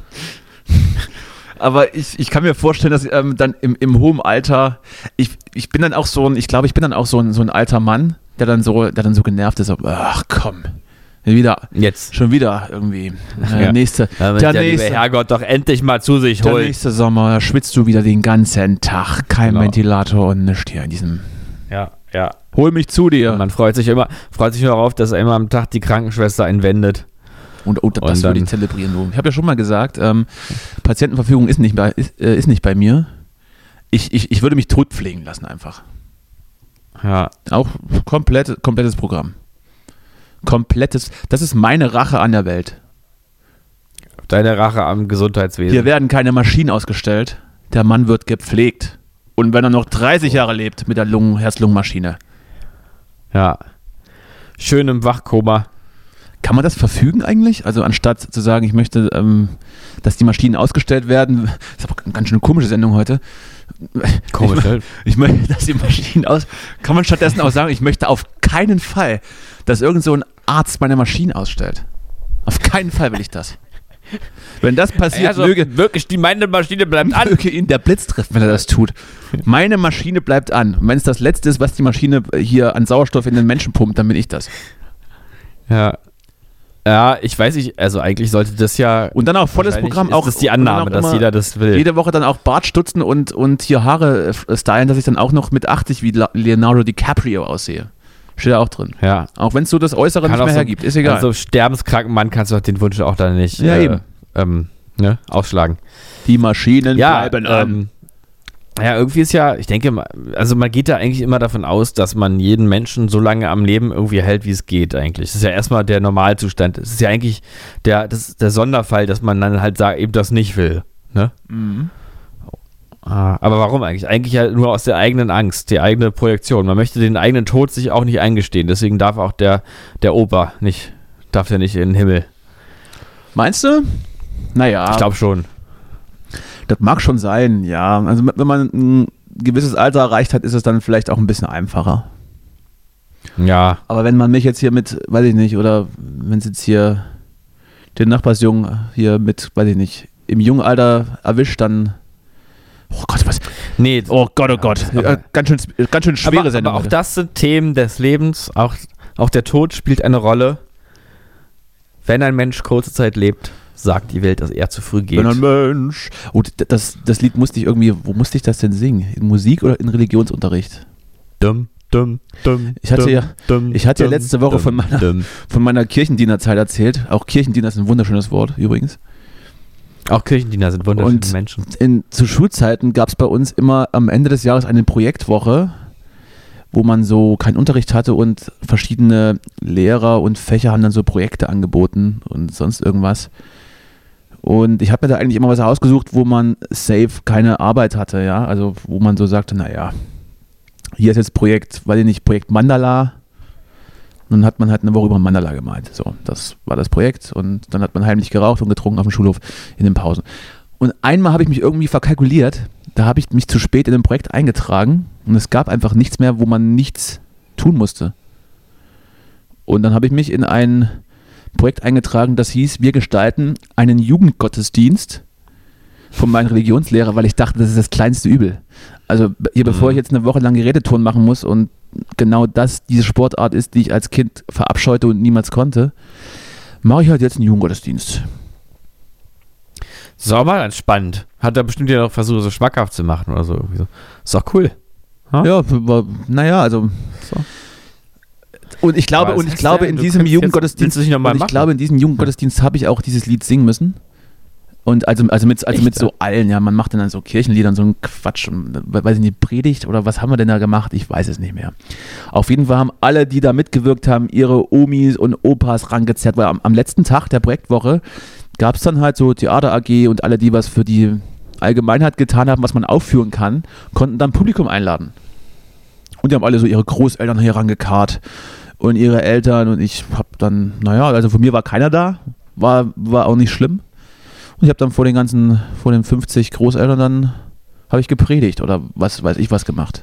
Aber ich kann mir vorstellen, dass dann im hohen Alter, ich bin dann auch so ein alter Mann, der dann so genervt ist. Ach komm, schon wieder irgendwie. Ja. Nächste. Damit der liebe Herrgott doch endlich mal zu sich Der holt. nächste Sommer, da schwitzt du wieder den ganzen Tag. Kein Genau. Ventilator und nichts hier in diesem. Ja. Hol mich zu dir. Man freut sich nur darauf, dass immer am Tag die Krankenschwester einen wendet. Und das Und würde ich dann- zelebrieren. Du. Ich habe ja schon mal gesagt, Patientenverfügung ist nicht bei mir. Ich würde mich totpflegen lassen einfach. Ja. Auch komplettes Programm. Das ist meine Rache an der Welt. Deine Rache am Gesundheitswesen. Hier werden keine Maschinen ausgestellt. Der Mann wird gepflegt. Und wenn er noch 30 Jahre lebt mit der Herz-Lungen-Maschine. Ja. Schön im Wachkoma. Kann man das verfügen eigentlich? Also anstatt zu sagen, ich möchte, dass die Maschinen ausgestellt werden, das ist aber eine ganz schön komische Sendung heute. Komisch, ne? Ich möchte, dass die Maschinen kann man stattdessen auch sagen, ich möchte auf keinen Fall, dass irgend so ein Arzt meine Maschinen ausstellt. Auf keinen Fall will ich das. Wenn das passiert, Also, wirklich, meine Maschine bleibt an. möge ihn der Blitz treffen, wenn er das tut. Meine Maschine bleibt an. Und wenn es das Letzte ist, was die Maschine hier an Sauerstoff in den Menschen pumpt, dann bin ich das. Ja. Ja, ich weiß nicht, also eigentlich sollte das ja. Und dann auch volles wahrscheinlich Programm. ist Auch das die Annahme, und dann auch dass immer jeder das will. Jede Woche dann auch Bart stutzen und hier Haare stylen, dass ich dann auch noch mit 80 wie Leonardo DiCaprio aussehe. Steht da auch drin. Ja. Auch wenn es so das Äußere nicht mehr hergibt. Ist egal. Also sterbenskranken Mann kannst du doch den Wunsch auch dann nicht Ja, eben. ausschlagen. Die Maschinen Ja, bleiben an. ja, irgendwie ist ja, ich denke, also man geht da eigentlich immer davon aus, dass man jeden Menschen so lange am Leben irgendwie hält, wie es geht eigentlich. Das ist ja erstmal der Normalzustand. Es ist ja eigentlich der Sonderfall, dass man dann halt sagt, eben das nicht will. Ne? Mhm. Aber warum eigentlich? Eigentlich ja nur aus der eigenen Angst, die eigene Projektion. Man möchte den eigenen Tod sich auch nicht eingestehen. Deswegen darf auch der Opa nicht in den Himmel. Meinst du? Naja, Ich glaube schon. das mag schon sein, ja. Also wenn man ein gewisses Alter erreicht hat, ist es dann vielleicht auch ein bisschen einfacher. Ja. Aber wenn man mich jetzt hier mit, weiß ich nicht, oder wenn es jetzt hier den Nachbarsjungen hier mit, weiß ich nicht, im jungen Alter erwischt, dann oh Gott, was? Nee. Oh Gott. aber- Ganz schön schwere Sendung. Aber auch heute. das sind Themen des Lebens. Auch der Tod spielt eine Rolle. Wenn ein Mensch kurze Zeit lebt, sagt die Welt, dass er zu früh geht. Wenn ein Mensch. Oh, das Lied musste ich irgendwie, wo musste ich das denn singen? In Musik oder in Religionsunterricht? Dumm. Ich hatte ja letzte Woche von meiner Kirchendienerzeit erzählt. Auch Kirchendiener ist ein wunderschönes Wort übrigens. Auch Kirchendiener sind wunderschöne Und Menschen. zu Schulzeiten gab es bei uns immer am Ende des Jahres eine Projektwoche, wo man so keinen Unterricht hatte und verschiedene Lehrer und Fächer haben dann so Projekte angeboten und sonst irgendwas. Und ich habe mir da eigentlich immer was ausgesucht, wo man safe keine Arbeit hatte, ja, also wo man so sagte, naja, hier ist jetzt Projekt Mandala. Und dann hat man halt eine Woche über Mandala gemalt. So, das war das Projekt und dann hat man heimlich geraucht und getrunken auf dem Schulhof in den Pausen. Und einmal habe ich mich irgendwie verkalkuliert, da habe ich mich zu spät in ein Projekt eingetragen und es gab einfach nichts mehr, wo man nichts tun musste. Und dann habe ich mich in ein Projekt eingetragen, das hieß, wir gestalten einen Jugendgottesdienst von meinem Religionslehrer, weil ich dachte, das ist das kleinste Übel. Also hier, bevor ich jetzt eine Woche lang Gerätetouren machen muss und genau das diese Sportart ist, die ich als Kind verabscheute und niemals konnte, mache ich halt jetzt einen Jugendgottesdienst. Ist auch mal entspannt. Hat er bestimmt ja noch versucht, so schmackhaft zu machen oder so. Irgendwie so. Ist doch cool. Ja, naja, also so. Und ich glaube, in diesem Jugendgottesdienst, habe ich auch dieses Lied singen müssen. Und also mit so allen, ja, man macht dann so Kirchenliedern, so einen Quatsch, und, weiß ich nicht, Predigt oder was haben wir denn da gemacht? Ich weiß es nicht mehr. Auf jeden Fall haben alle, die da mitgewirkt haben, ihre Omis und Opas rangezerrt, weil am letzten Tag der Projektwoche gab es dann halt so Theater AG und alle, die was für die Allgemeinheit getan haben, was man aufführen kann, konnten dann Publikum einladen. Und die haben alle so ihre Großeltern hier rangekarrt und ihre Eltern, und ich habe dann, also von mir war keiner da, war auch nicht schlimm. Und ich habe dann vor den 50 Großeltern dann, habe ich gepredigt oder was weiß ich was gemacht.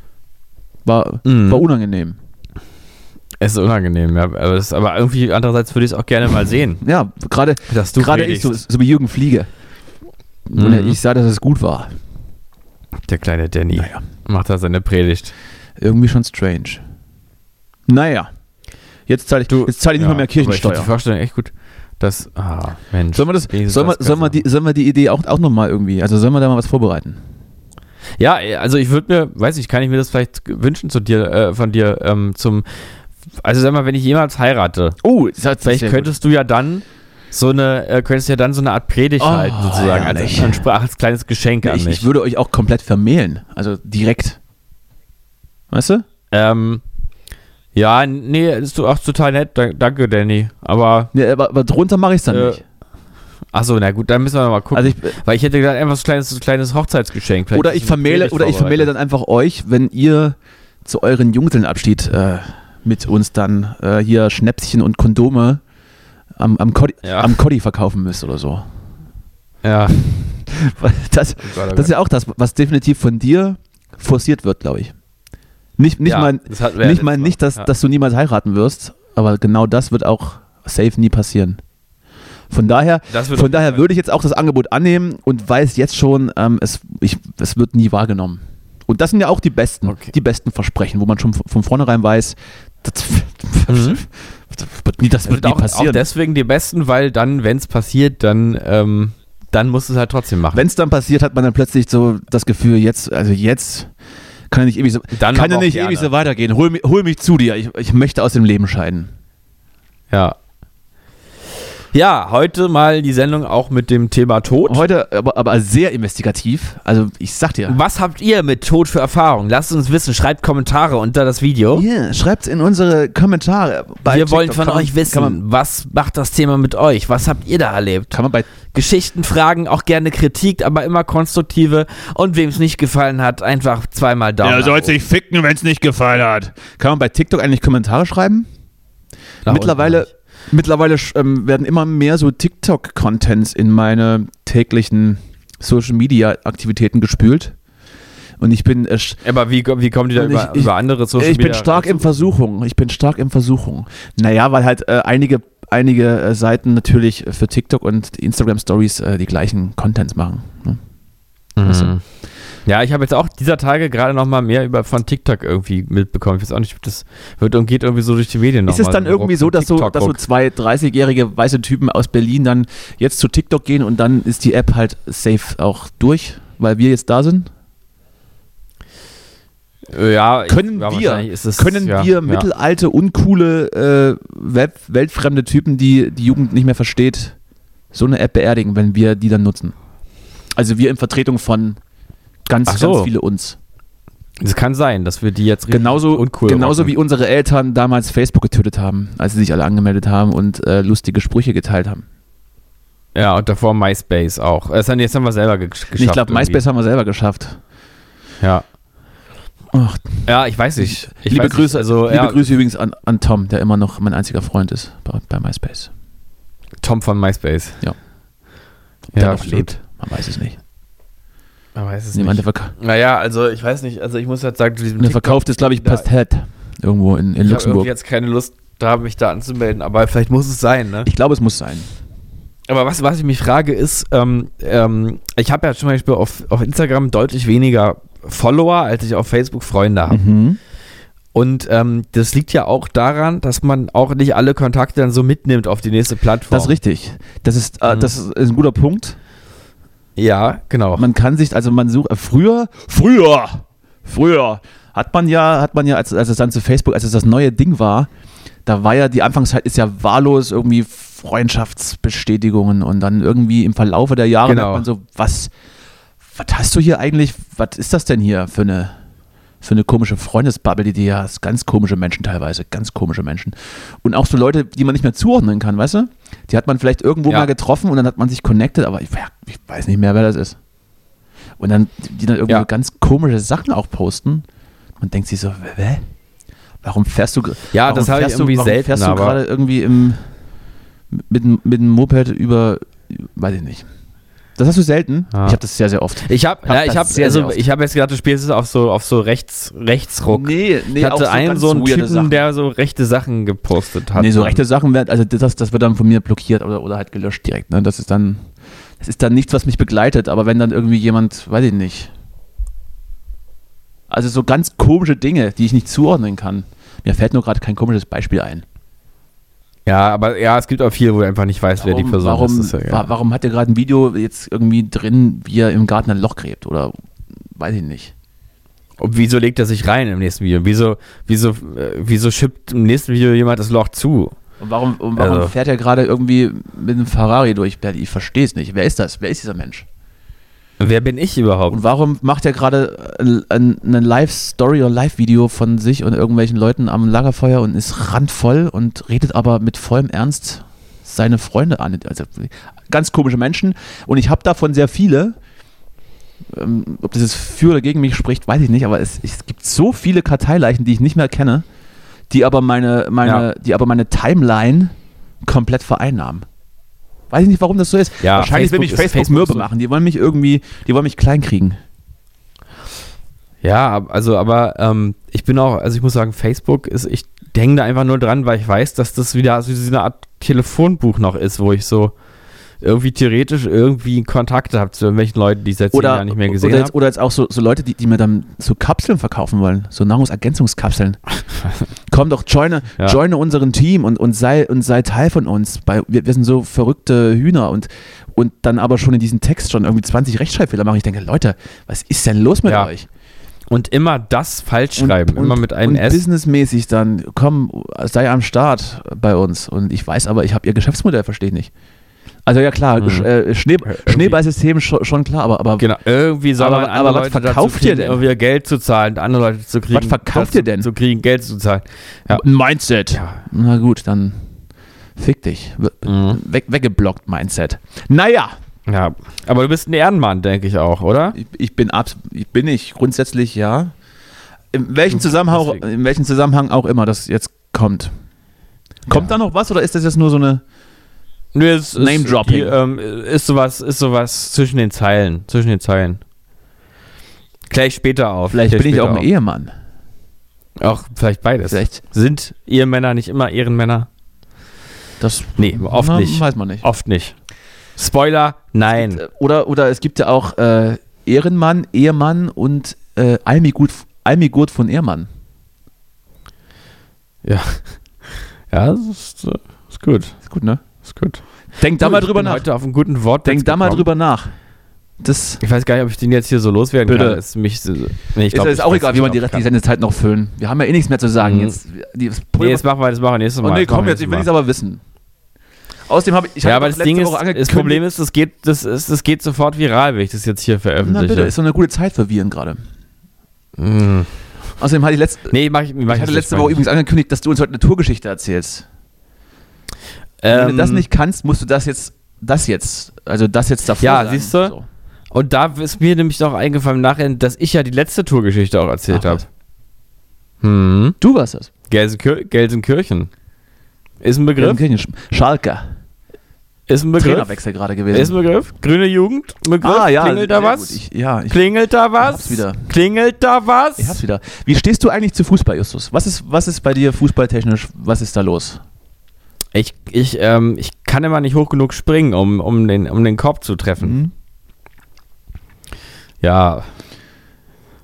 War unangenehm. Es ist unangenehm, ja. Aber irgendwie andererseits würde ich es auch gerne mal sehen. Ja, gerade ich, so wie Jürgen Fliege. Und ich sah, dass es gut war. Der kleine Danny macht da seine Predigt. Irgendwie schon strange. Naja, jetzt zahle ich nicht mal mehr Kirchensteuer. Ich finde die Vorstellung echt gut. Mensch. Sollen wir die Idee auch nochmal irgendwie, also sollen wir da mal was vorbereiten? Ja, also ich würde mir, kann ich mir das vielleicht wünschen von dir, also sag mal, wenn ich jemals heirate, vielleicht könntest du ja dann so eine Art Predigt halten, sozusagen, als kleines Geschenk an mich. Ich würde euch auch komplett vermählen, also direkt. Weißt du? Ja, nee, ist auch total nett. Danke, Danny. Aber drunter mache ich es dann nicht. Achso, na gut, dann müssen wir mal gucken. Weil ich hätte gedacht, einfach so ein kleines Hochzeitsgeschenk. Oder ich vermähle dann einfach euch, wenn ihr zu euren Junggesellenabschied mit uns dann hier Schnäpschen und Kondome am Koddi verkaufen müsst oder so. Ja. Das ist ja auch das, was definitiv von dir forciert wird, glaube ich. Nicht, dass du niemals heiraten wirst, aber genau das wird auch safe nie passieren. Von daher würde ich jetzt auch das Angebot annehmen und weiß jetzt schon, es wird nie wahrgenommen. Und das sind ja auch die besten Versprechen, wo man schon von vornherein weiß, das wird nie passieren. Auch deswegen die besten, weil dann, wenn es passiert, dann musst du es halt trotzdem machen. Wenn es dann passiert, hat man dann plötzlich so das Gefühl, jetzt kann ja nicht ewig so weitergehen. Hol mich zu dir. Ich möchte aus dem Leben scheiden. Ja. Ja, heute mal die Sendung auch mit dem Thema Tod. Heute aber sehr investigativ. Also ich sag dir. Was habt ihr mit Tod für Erfahrungen? Lasst uns wissen. Schreibt Kommentare unter das Video. Ja, schreibt in unsere Kommentare. Wir wollen von euch wissen, was macht das Thema mit euch? Was habt ihr da erlebt? Kann man bei Geschichten, Fragen, auch gerne Kritik, aber immer konstruktive. Und wem es nicht gefallen hat, einfach zweimal Daumen. Er soll sich ficken, wenn es nicht gefallen hat. Kann man bei TikTok eigentlich Kommentare schreiben? Mittlerweile werden immer mehr so TikTok-Contents in meine täglichen Social-Media-Aktivitäten gespült. Und ich bin... aber wie kommen die da über andere Social-Media? Ich bin stark in Versuchung. Naja, weil halt einige Seiten natürlich für TikTok und Instagram-Stories die gleichen Contents machen. Ne? Mhm. Ja, ich habe jetzt auch dieser Tage gerade noch mal mehr von TikTok irgendwie mitbekommen. Ich weiß auch nicht, das geht irgendwie so durch die Medien noch. Ist es dann irgendwie so, dass so 2 30-jährige weiße Typen aus Berlin dann jetzt zu TikTok gehen und dann ist die App halt safe auch durch, weil wir jetzt da sind? Ja, können wir mittelalte, uncoole, weltfremde Typen, die Jugend nicht mehr versteht, so eine App beerdigen, wenn wir die dann nutzen? Also wir in Vertretung von ganz viele uns. Es kann sein, dass wir die jetzt genauso rocken. Wie unsere Eltern damals Facebook getötet haben, als sie sich alle angemeldet haben und lustige Sprüche geteilt haben. Ja, und davor MySpace auch. Jetzt haben wir selber geschafft. Ich glaube, MySpace haben wir selber geschafft. Ja. Ach. Ja, ich weiß nicht. Liebe Grüße übrigens an Tom, der immer noch mein einziger Freund ist bei MySpace. Tom von MySpace. Ja. Der noch lebt. Man weiß es nicht. Man weiß es nicht. Naja, also ich weiß nicht. Also ich muss jetzt sagen, der verkauft ist, glaube ich, Pastet irgendwo in Luxemburg. Ich habe jetzt keine Lust, mich da anzumelden, aber vielleicht muss es sein, ne? Ich glaube, es muss sein. Aber was ich mich frage ist, ich habe ja zum Beispiel auf Instagram deutlich weniger Follower, als ich auf Facebook Freunde habe. Mhm. Und das liegt ja auch daran, dass man auch nicht alle Kontakte dann so mitnimmt auf die nächste Plattform. Das ist richtig. Das ist ein guter Punkt. Ja, genau. Man kann sich, also man sucht, früher, Hat man ja, als es dann zu Facebook, als es das neue Ding war, da war ja die Anfangszeit ist ja wahllos irgendwie Freundschaftsbestätigungen und dann irgendwie im Verlaufe der Jahre merkt man so, was hast du hier eigentlich, was ist das denn hier für eine komische Freundesbubble, die ja ganz komische Menschen teilweise, ganz komische Menschen. Und auch so Leute, die man nicht mehr zuordnen kann, weißt du? Die hat man vielleicht irgendwo mal getroffen und dann hat man sich connected, aber ich weiß nicht mehr, wer das ist. Und dann, die dann irgendwie ganz komische Sachen auch posten. Man denkt sich so, warum fährst du das habe ich irgendwie selten, fährst du gerade irgendwie mit dem Moped über, weiß ich nicht. Das hast du selten? Ja. Ich habe das sehr, sehr oft. Ich habe jetzt gerade, du spielst es auf so Rechtsruck. Nee, ich hatte einen so einen Typen, Sachen. der so rechte Sachen gepostet hat. Nee, so rechte Sachen also das wird dann von mir blockiert oder halt gelöscht direkt. Ne? Das ist dann nichts, was mich begleitet, aber wenn dann irgendwie jemand, weiß ich nicht. Also so ganz komische Dinge, die ich nicht zuordnen kann. Mir fällt nur gerade kein komisches Beispiel ein. Ja, aber es gibt auch viel, wo du einfach nicht weißt, wer die Person ist. Warum hat er gerade ein Video jetzt irgendwie drin, wie er im Garten ein Loch gräbt? Oder weiß ich nicht. Und wieso legt er sich rein im nächsten Video? Wieso schippt im nächsten Video jemand das Loch zu? Und warum fährt er gerade irgendwie mit einem Ferrari durch? Ich verstehe es nicht. Wer ist das? Wer ist dieser Mensch? Wer bin ich überhaupt? Und warum macht er gerade eine Live-Story oder Live-Video von sich und irgendwelchen Leuten am Lagerfeuer und ist randvoll und redet aber mit vollem Ernst seine Freunde an? Also ganz komische Menschen. Und ich habe davon sehr viele. Ob das jetzt für oder gegen mich spricht, weiß ich nicht. Aber es gibt so viele Karteileichen, die ich nicht mehr kenne, die aber meine Timeline komplett vereinnahmen. Weiß ich nicht, warum das so ist. Ja, wahrscheinlich will mich Facebook mürbe machen. Die wollen mich klein kriegen. Ja, aber ich bin auch, ich muss sagen, Facebook ich denke da einfach nur dran, weil ich weiß, dass das wieder so eine Art Telefonbuch noch ist, wo ich so irgendwie theoretisch irgendwie Kontakte habe zu irgendwelchen Leuten, die ich seit 10 Jahren nicht mehr gesehen habe. Oder jetzt auch so Leute, die mir dann so Kapseln verkaufen wollen, so Nahrungsergänzungskapseln. Komm doch, joine unseren Team und sei Teil von uns. Wir sind so verrückte Hühner und dann aber schon in diesem Text schon irgendwie 20 Rechtschreibfehler machen. Ich denke, Leute, was ist denn los mit euch? Und immer das falsch schreiben, immer mit einem S. Und businessmäßig dann, komm, sei am Start bei uns. Und ich weiß aber, ich habe ihr Geschäftsmodell, verstehe ich nicht. Also ja klar, Schneeballsystem schon klar, aber genau, irgendwie soll man andere was Leute verkauft dazu ihr denn? Irgendwie Geld zu zahlen, andere Leute zu kriegen. Was verkauft ihr denn? Zu kriegen, Geld zu zahlen. Ja. Ein Mindset. Ja. Na gut, dann fick dich. Weggeblockt Mindset. Naja. Ja, aber du bist ein Ehrenmann, denke ich auch, oder? Bin ich grundsätzlich, ja. In welchem Zusammenhang auch immer das jetzt kommt. Kommt da noch was oder ist das jetzt nur so eine Name-Dropping? Ist sowas zwischen den Zeilen. Klär ich später auf. Vielleicht bin ich auch ein Ehemann. Auch vielleicht beides. Sind Ehemänner nicht immer Ehrenmänner? Nee, oft nicht. Weiß man nicht. Oft nicht. Spoiler, nein. Oder es gibt ja auch Ehrenmann, Ehemann und Almigurt von Ehrmann. Ja. Ja, das ist gut. Ist gut, ne? Ist gut. Denk da mal drüber nach. Heute auf einen guten Wort. Denk da mal drüber nach. Ich weiß gar nicht, ob ich den jetzt hier so loswerden kann. Ist auch egal, wie man die Sendezeit noch füllen. Wir haben ja eh nichts mehr zu sagen. Jetzt, das machen wir nächstes Mal. Oh nee, komm, jetzt will ich es aber wissen. Außerdem habe ich aber das Ding ist, das Problem ist, das geht sofort viral, wenn ich das jetzt hier veröffentliche. Na bitte, ist so eine gute Zeit für Viren gerade. Außerdem hatte ich letzte Woche übrigens angekündigt, dass du uns heute eine Tourgeschichte erzählst. Wenn du das nicht kannst, musst du das jetzt davor Ja, siehst du? So. Und da ist mir nämlich noch eingefallen nachher, dass ich ja die letzte Tourgeschichte auch erzählt habe. Du warst das. Gelsenkirchen. Ist ein Begriff? Schalke. Ist ein Begriff. Trainerwechsel gerade gewesen. Ist ein Begriff. Grüne Jugend. Begriff. Ja. Klingelt da was? Klingelt da was? Ich hab's wieder. Klingelt da was? Ich hab's wieder. Wie stehst du eigentlich zu Fußball, Justus? Was ist bei dir fußballtechnisch? Was ist da los? Ich kann immer nicht hoch genug springen, um den Korb zu treffen. Ja.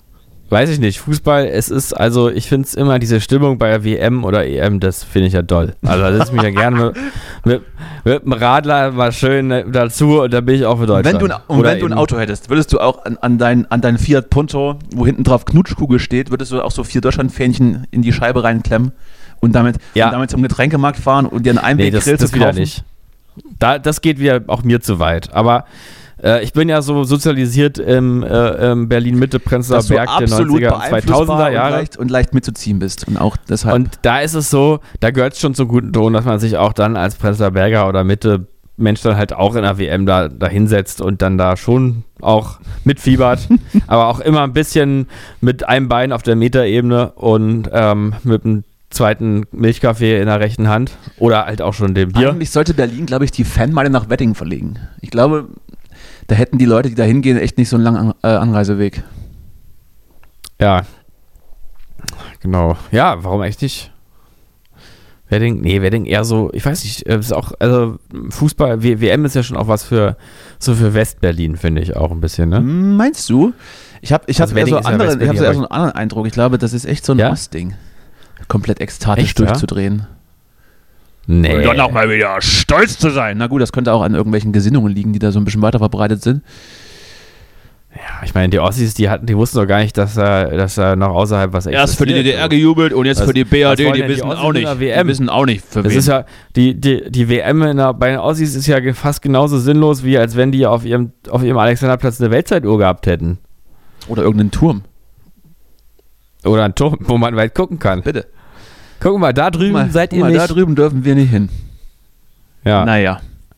weiß ich nicht, Fußball, ich finde es immer, diese Stimmung bei der WM oder EM, das finde ich ja toll. Also da sitze ich mich ja gerne mit dem Radler mal schön dazu und da bin ich auch für Deutschland. Wenn du ein Auto hättest, würdest du auch an dein Fiat Punto, wo hinten drauf Knutschkugel steht, würdest du auch so 4 Deutschland-Fähnchen in die Scheibe reinklemmen und damit zum Getränkemarkt fahren und dir einen Einweggrill zu kaufen? Wieder nicht. Das geht wieder auch mir zu weit, aber ich bin ja so sozialisiert im Berlin-Mitte, Prenzlauer Berg der 90er und 2000er Jahre. Und leicht mitzuziehen bist. Und auch deshalb. Und da ist es so, da gehört es schon zum guten Ton, dass man sich auch dann als Prenzlauer Berger oder Mitte-Mensch dann halt auch in der WM da hinsetzt und dann da schon auch mitfiebert. Aber auch immer ein bisschen mit einem Bein auf der Metaebene und mit einem zweiten Milchkaffee in der rechten Hand oder halt auch schon dem Bier. Eigentlich sollte Berlin, glaube ich, die Fanmeile nach Wedding verlegen. Ich glaube, da hätten die Leute, die da hingehen, echt nicht so einen langen Anreiseweg. Ja. Genau. Ja, warum echt nicht? Wedding eher so, ich weiß nicht, ist auch, also Fußball, WM ist ja schon auch was für Westberlin, finde ich auch ein bisschen, ne? Meinst du? Ich habe so einen anderen Eindruck. Ich glaube, das ist echt so ein Ostding. Komplett ekstatisch echt, durchzudrehen. Nee. Und dann auch mal wieder stolz zu sein. Na gut, das könnte auch an irgendwelchen Gesinnungen liegen, die da so ein bisschen weiter verbreitet sind. Ja, ich meine, die Ossis, die wussten doch gar nicht, dass er noch außerhalb was existiert. Erst für die DDR gejubelt und jetzt für die BRD, die wissen auch nicht. Die wissen auch nicht, für wen. Das ist ja, die WM bei den Ossis ist ja fast genauso sinnlos, wie als wenn die auf ihrem Alexanderplatz eine Weltzeituhr gehabt hätten. Oder irgendeinen Turm. Oder einen Turm, wo man weit gucken kann. Bitte. Guck mal, da drüben seid ihr nicht. Da drüben dürfen wir nicht hin. Ja. Naja.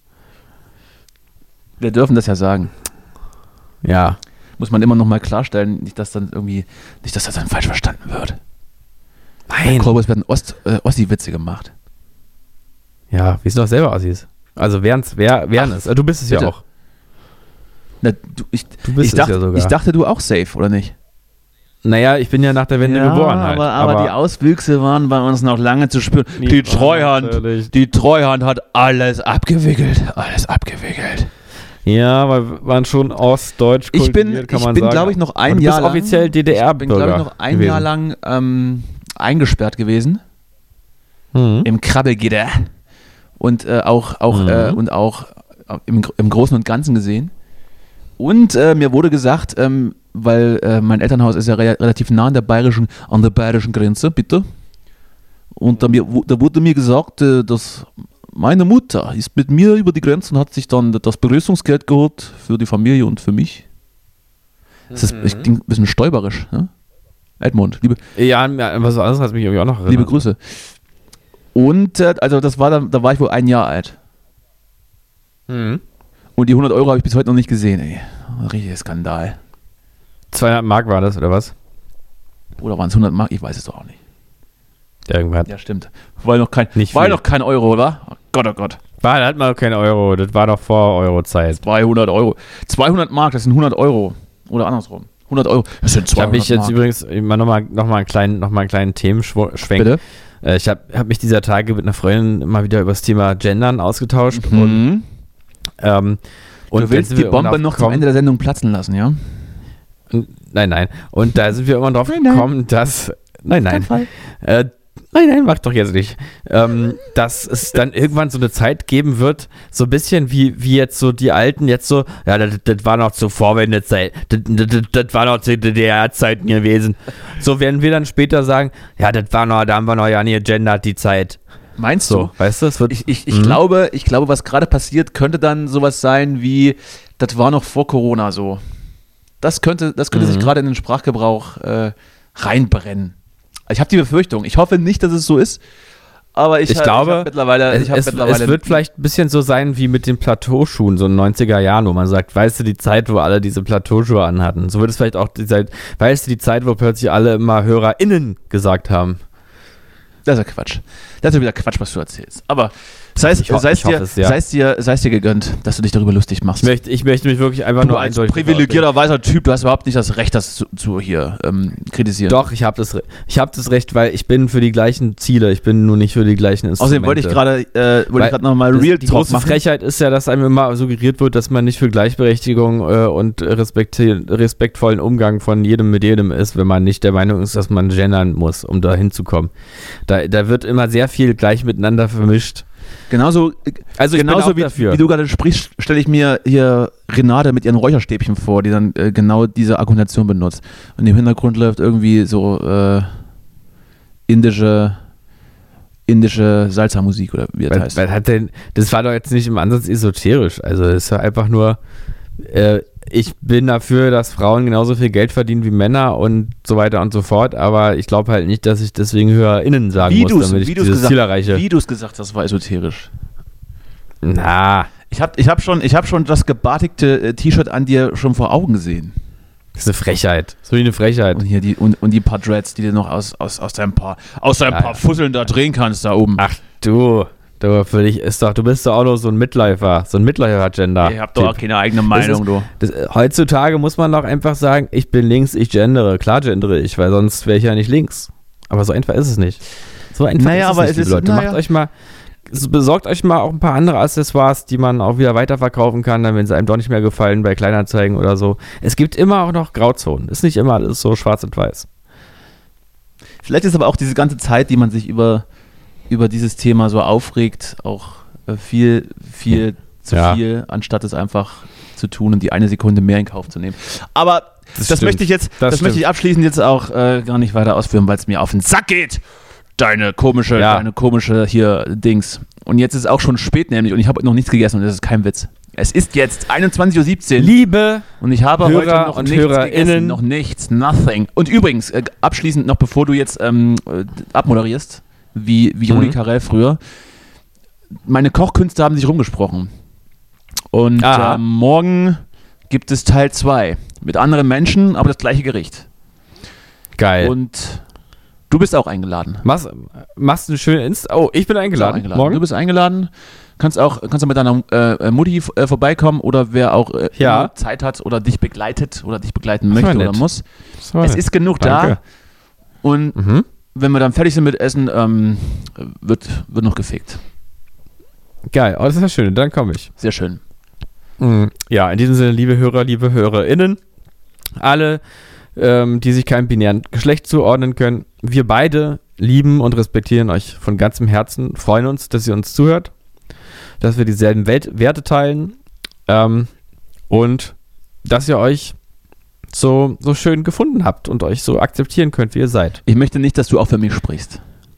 Wir dürfen das ja sagen. Ja. Muss man immer noch mal klarstellen, nicht, dass das dann falsch verstanden wird. Nein. Bei Cowboys werden Ossi-Witze gemacht. Ja, wir sind doch selber Ossis. Also wären es. Du bist es bitte. Ja auch. Na, ich dachte, du auch safe, oder nicht? Naja, ich bin ja nach der Wende geboren halt. Aber die Auswüchse waren bei uns noch lange zu spüren. Die Treuhand hat alles abgewickelt. Ja, weil wir waren schon ostdeutsch kultiviert, kann man sagen. Ich bin, glaube ich, noch ein Jahr lang offiziell DDR-Bürger. Jahr lang eingesperrt gewesen. Im Krabbelgitter. Und auch im Großen und Ganzen gesehen. Und mir wurde gesagt, weil mein Elternhaus ist ja relativ nah an der bayerischen Grenze, bitte. Und da wurde mir gesagt, dass meine Mutter ist mit mir über die Grenze und hat sich dann das Begrüßungsgeld geholt für die Familie und für mich. Das klingt ein bisschen stäuberisch, ne? Edmund, liebe. Ja, was anderes hat mich irgendwie auch noch erinnert. Liebe Grüße. Und also da war ich wohl 1 Jahr alt. Mhm. Und die 100 Euro habe ich bis heute noch nicht gesehen, ey. Richtiger Skandal. 200 Mark war das, oder was? Oder waren es 100 Mark? Ich weiß es doch auch nicht. Irgendwann. Ja, stimmt. War noch kein Euro, oder? Oh Gott, oh Gott. Da hat man noch kein Euro. Das war doch vor Euro-Zeit. 200 Euro. 200 Mark, das sind 100 Euro. Oder andersrum. 100 Euro, das sind 200 Mark. Ich habe mich jetzt übrigens noch mal einen kleinen Themenschwenk. Bitte? Ich hab mich dieser Tage mit einer Freundin mal wieder über das Thema Gendern ausgetauscht. Und du willst die Bombe noch zum Ende der Sendung platzen lassen, ja? Nein. Und da sind wir immer drauf gekommen, dass... Nein. Nein, mach doch jetzt nicht. Dass es dann irgendwann so eine Zeit geben wird, so ein bisschen wie jetzt so die Alten jetzt so, ja, das war noch zur Vorwendezeit, das war noch zu DDR-Zeiten gewesen. So werden wir dann später sagen, ja, da haben wir noch ja nie gegendert, die Zeit. Meinst du? Weißt du, es wird. Ich glaube, was gerade passiert, könnte dann sowas sein wie, das war noch vor Corona so. Das könnte sich gerade in den Sprachgebrauch reinbrennen. Ich habe die Befürchtung. Ich hoffe nicht, dass es so ist. Aber ich glaube, es wird vielleicht ein bisschen so sein wie mit den Plateauschuhen, so in den 90er Jahren, wo man sagt, weißt du, die Zeit, wo alle diese Plateauschuhe anhatten. So wird es vielleicht auch weißt du, die Zeit, wo plötzlich alle immer HörerInnen gesagt haben. Das ist ja Quatsch. Das ist wieder Quatsch, was du erzählst. Aber Sei es ja. dir gegönnt, dass du dich darüber lustig machst. Ich möchte mich wirklich einfach nur als privilegierter weißer Typ, du hast überhaupt nicht das Recht, das zu hier kritisieren. Doch, ich habe das Recht, weil ich bin für die gleichen Ziele, ich bin nur nicht für die gleichen Instrumente. Außerdem wollte ich gerade nochmal Real Talk machen. Die große Frechheit ist ja, dass einem immer suggeriert wird, dass man nicht für Gleichberechtigung und respektvollen Umgang von jedem mit jedem ist, wenn man nicht der Meinung ist, dass man gendern muss, um da hinzukommen. Da wird immer sehr viel gleich miteinander vermischt. Genauso wie du gerade sprichst, stelle ich mir hier Renate mit ihren Räucherstäbchen vor, die dann genau diese Argumentation benutzt. Und im Hintergrund läuft irgendwie so indische Salsa-Musik oder wie das heißt. Das war doch jetzt nicht im Ansatz esoterisch. Also es war einfach nur, ich bin dafür, dass Frauen genauso viel Geld verdienen wie Männer und so weiter und so fort, aber ich glaube halt nicht, dass ich deswegen HörerInnen sagen muss, damit ich dieses Ziel erreiche. Wie du es gesagt hast, war esoterisch. Na. Ich hab schon das gebartigte T-Shirt an dir schon vor Augen gesehen. Das ist eine Frechheit. So wie eine Frechheit. Und hier die paar Dreads, die du noch aus deinem paar Fusseln da drehen kannst da oben. Ach du für dich du bist doch auch nur so ein Mitläufer, Gender. Ich hab doch auch keine eigene Meinung, heutzutage muss man doch einfach sagen, ich bin links, ich gendere. Klar gendere ich, weil sonst wäre ich ja nicht links. Aber so einfach ist es nicht. So einfach ist es nicht, Leute. Besorgt euch mal auch ein paar andere Accessoires, die man auch wieder weiterverkaufen kann, dann wenn sie einem doch nicht mehr gefallen bei Kleinanzeigen oder so. Es gibt immer auch noch Grauzonen. Ist nicht immer alles so schwarz und weiß. Vielleicht ist aber auch diese ganze Zeit, die man sich über dieses Thema so aufregt, auch viel zu viel, anstatt es einfach zu tun und die eine Sekunde mehr in Kauf zu nehmen. Aber das möchte ich abschließend jetzt auch gar nicht weiter ausführen, weil es mir auf den Sack geht. Deine komische hier Dings. Und jetzt ist es auch schon spät nämlich und ich habe noch nichts gegessen und das ist kein Witz. Es ist jetzt 21:17 Uhr. Liebe und ich habe Hörer heute noch und nichts HörerInnen. gegessen, noch nichts, nothing. Und übrigens, abschließend noch, bevor du jetzt abmoderierst, wie Rudi Carell früher, meine Kochkünste haben sich rumgesprochen. Und morgen gibt es Teil 2 mit anderen Menschen, aber das gleiche Gericht. Geil. Und du bist auch eingeladen. Machst du eine schöne Oh, ich bin eingeladen. Morgen? Du bist eingeladen. Kannst auch mit deiner Mutti vorbeikommen oder wer auch Zeit hat oder dich begleitet oder dich begleiten möchte oder muss. Es ist genug da. Und wenn wir dann fertig sind mit Essen, wird noch gefegt. Geil, das ist ja schön. Dann komme ich. Sehr schön. Ja, in diesem Sinne, liebe Hörer, liebe HörerInnen, alle, die sich keinem binären Geschlecht zuordnen können, wir beide lieben und respektieren euch von ganzem Herzen, freuen uns, dass ihr uns zuhört, dass wir dieselben Werte teilen und dass ihr euch so schön gefunden habt und euch so akzeptieren könnt, wie ihr seid. Ich möchte nicht, dass du auch für mich sprichst.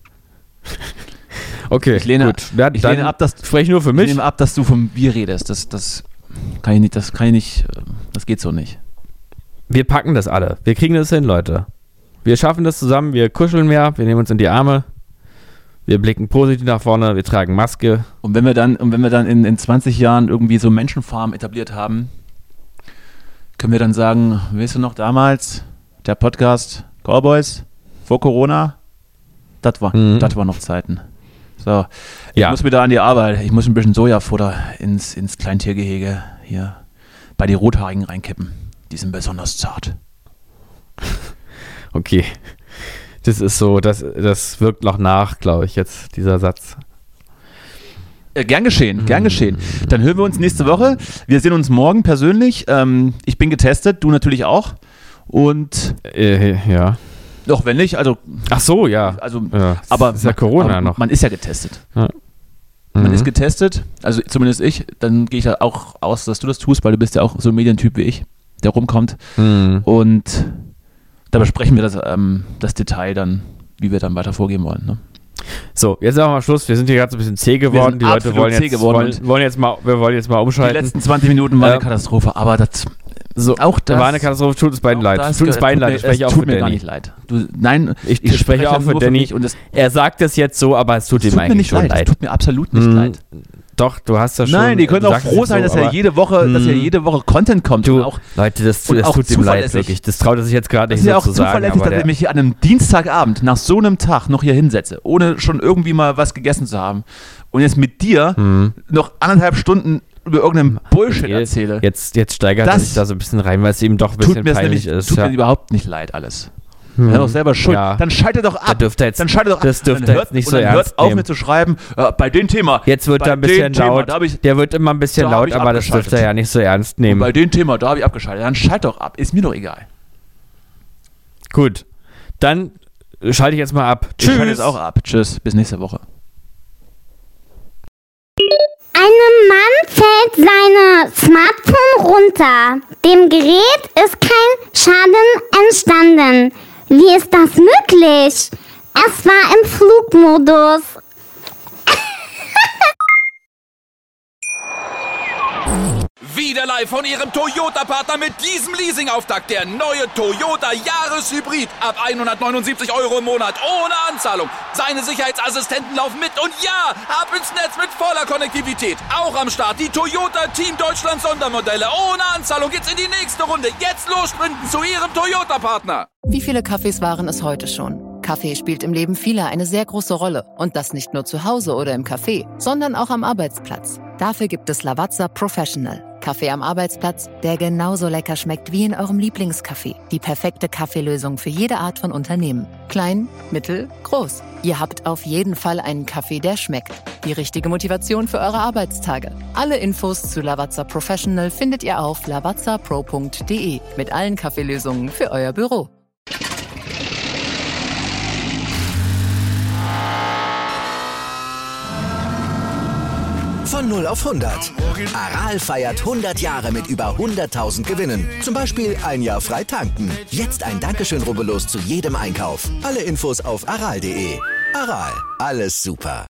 Okay, ich lehne ab, dass spreche nur für mich. Ich nehme ab, dass du von wir redest. Das kann ich nicht, das geht so nicht. Wir packen das alle. Wir kriegen das hin, Leute. Wir schaffen das zusammen, wir kuscheln mehr, wir nehmen uns in die Arme, wir blicken positiv nach vorne, wir tragen Maske. Und wenn wir dann in 20 Jahren irgendwie so Menschenfarmen etabliert haben, können wir dann sagen, weißt du noch damals, der Podcast Cowboys vor Corona, das war noch Zeiten. So, ich muss wieder an die Arbeit, ich muss ein bisschen Sojafutter ins Kleintiergehege hier bei die Rothaarigen reinkippen. Die sind besonders zart. Okay. Das ist so, das wirkt noch nach, glaube ich, jetzt, dieser Satz. Gern geschehen. Dann hören wir uns nächste Woche. Wir sehen uns morgen persönlich. Ich bin getestet, du natürlich auch. Und ja. Doch, wenn nicht, also. Ach so, ja. Also, ja, aber ist ja Corona noch. Man ist ja getestet. Ja. Man ist getestet, also zumindest ich. Dann gehe ich da auch aus, dass du das tust, weil du bist ja auch so ein Medientyp wie ich, der rumkommt. Und da besprechen wir das Detail dann, wie wir dann weiter vorgehen wollen. Ne? So, jetzt machen wir mal Schluss. Wir sind hier gerade so ein bisschen zäh geworden. Die Leute wollen jetzt mal umschalten. Die letzten 20 Minuten waren eine Katastrophe, aber das war eine Katastrophe. Tut uns beiden leid. Ich spreche auch für Danny. Tut mir gar nicht leid. Ich spreche auch für Danny. Er sagt es jetzt so, aber es tut ihm eigentlich schon leid. Es tut mir absolut nicht leid. Doch, du hast das schon. Nein, die können auch froh sein, dass er jede Woche Content kommt. Leute, das tut ihm leid, wirklich. Das traut er sich jetzt gerade nicht so zu sagen. Es ist ja auch zuverlässig, dass ich mich hier an einem Dienstagabend nach so einem Tag noch hier hinsetze, ohne schon irgendwie mal was gegessen zu haben und jetzt mit dir noch 1,5 Stunden über irgendeinen Bullshit erzähle. Jetzt steigert er sich da so ein bisschen rein, weil es ihm doch ein bisschen peinlich ist. Tut mir überhaupt nicht leid alles. Er ist doch selber schuld. Ja. Dann schaltet doch ab. Das dürfte er jetzt nicht so ernst hört auf mir zu schreiben, bei dem Thema. Jetzt wird er ein bisschen laut. Der wird immer ein bisschen laut, aber das dürfte er ja nicht so ernst nehmen. Und bei dem Thema, da habe ich abgeschaltet. Dann schalt doch ab. Ist mir doch egal. Gut. Dann schalte ich jetzt mal ab. Tschüss. Ich schalte jetzt auch ab. Tschüss. Bis nächste Woche. Einem Mann fällt seine Smartphone runter. Dem Gerät ist kein Schaden entstanden. Wie ist das möglich? Es war im Flugmodus. Wieder live von Ihrem Toyota-Partner mit diesem Leasing-Auftakt. Der neue Toyota Jahreshybrid. Ab 179 € im Monat. Ohne Anzahlung. Seine Sicherheitsassistenten laufen mit. Und ja, ab ins Netz mit voller Konnektivität. Auch am Start die Toyota Team Deutschland Sondermodelle. Ohne Anzahlung geht's in die nächste Runde. Jetzt los sprinten zu Ihrem Toyota-Partner. Wie viele Kaffees waren es heute schon? Kaffee spielt im Leben vieler eine sehr große Rolle. Und das nicht nur zu Hause oder im Café, sondern auch am Arbeitsplatz. Dafür gibt es Lavazza Professional. Kaffee am Arbeitsplatz, der genauso lecker schmeckt wie in eurem Lieblingscafé. Die perfekte Kaffeelösung für jede Art von Unternehmen. Klein, mittel, groß. Ihr habt auf jeden Fall einen Kaffee, der schmeckt. Die richtige Motivation für eure Arbeitstage. Alle Infos zu Lavazza Professional findet ihr auf lavazzapro.de mit allen Kaffeelösungen für euer Büro. Von 0 auf 100. Aral feiert 100 Jahre mit über 100.000 Gewinnen. Zum Beispiel ein Jahr frei tanken. Jetzt ein Dankeschön, rubbellos zu jedem Einkauf. Alle Infos auf aral.de. Aral, alles super.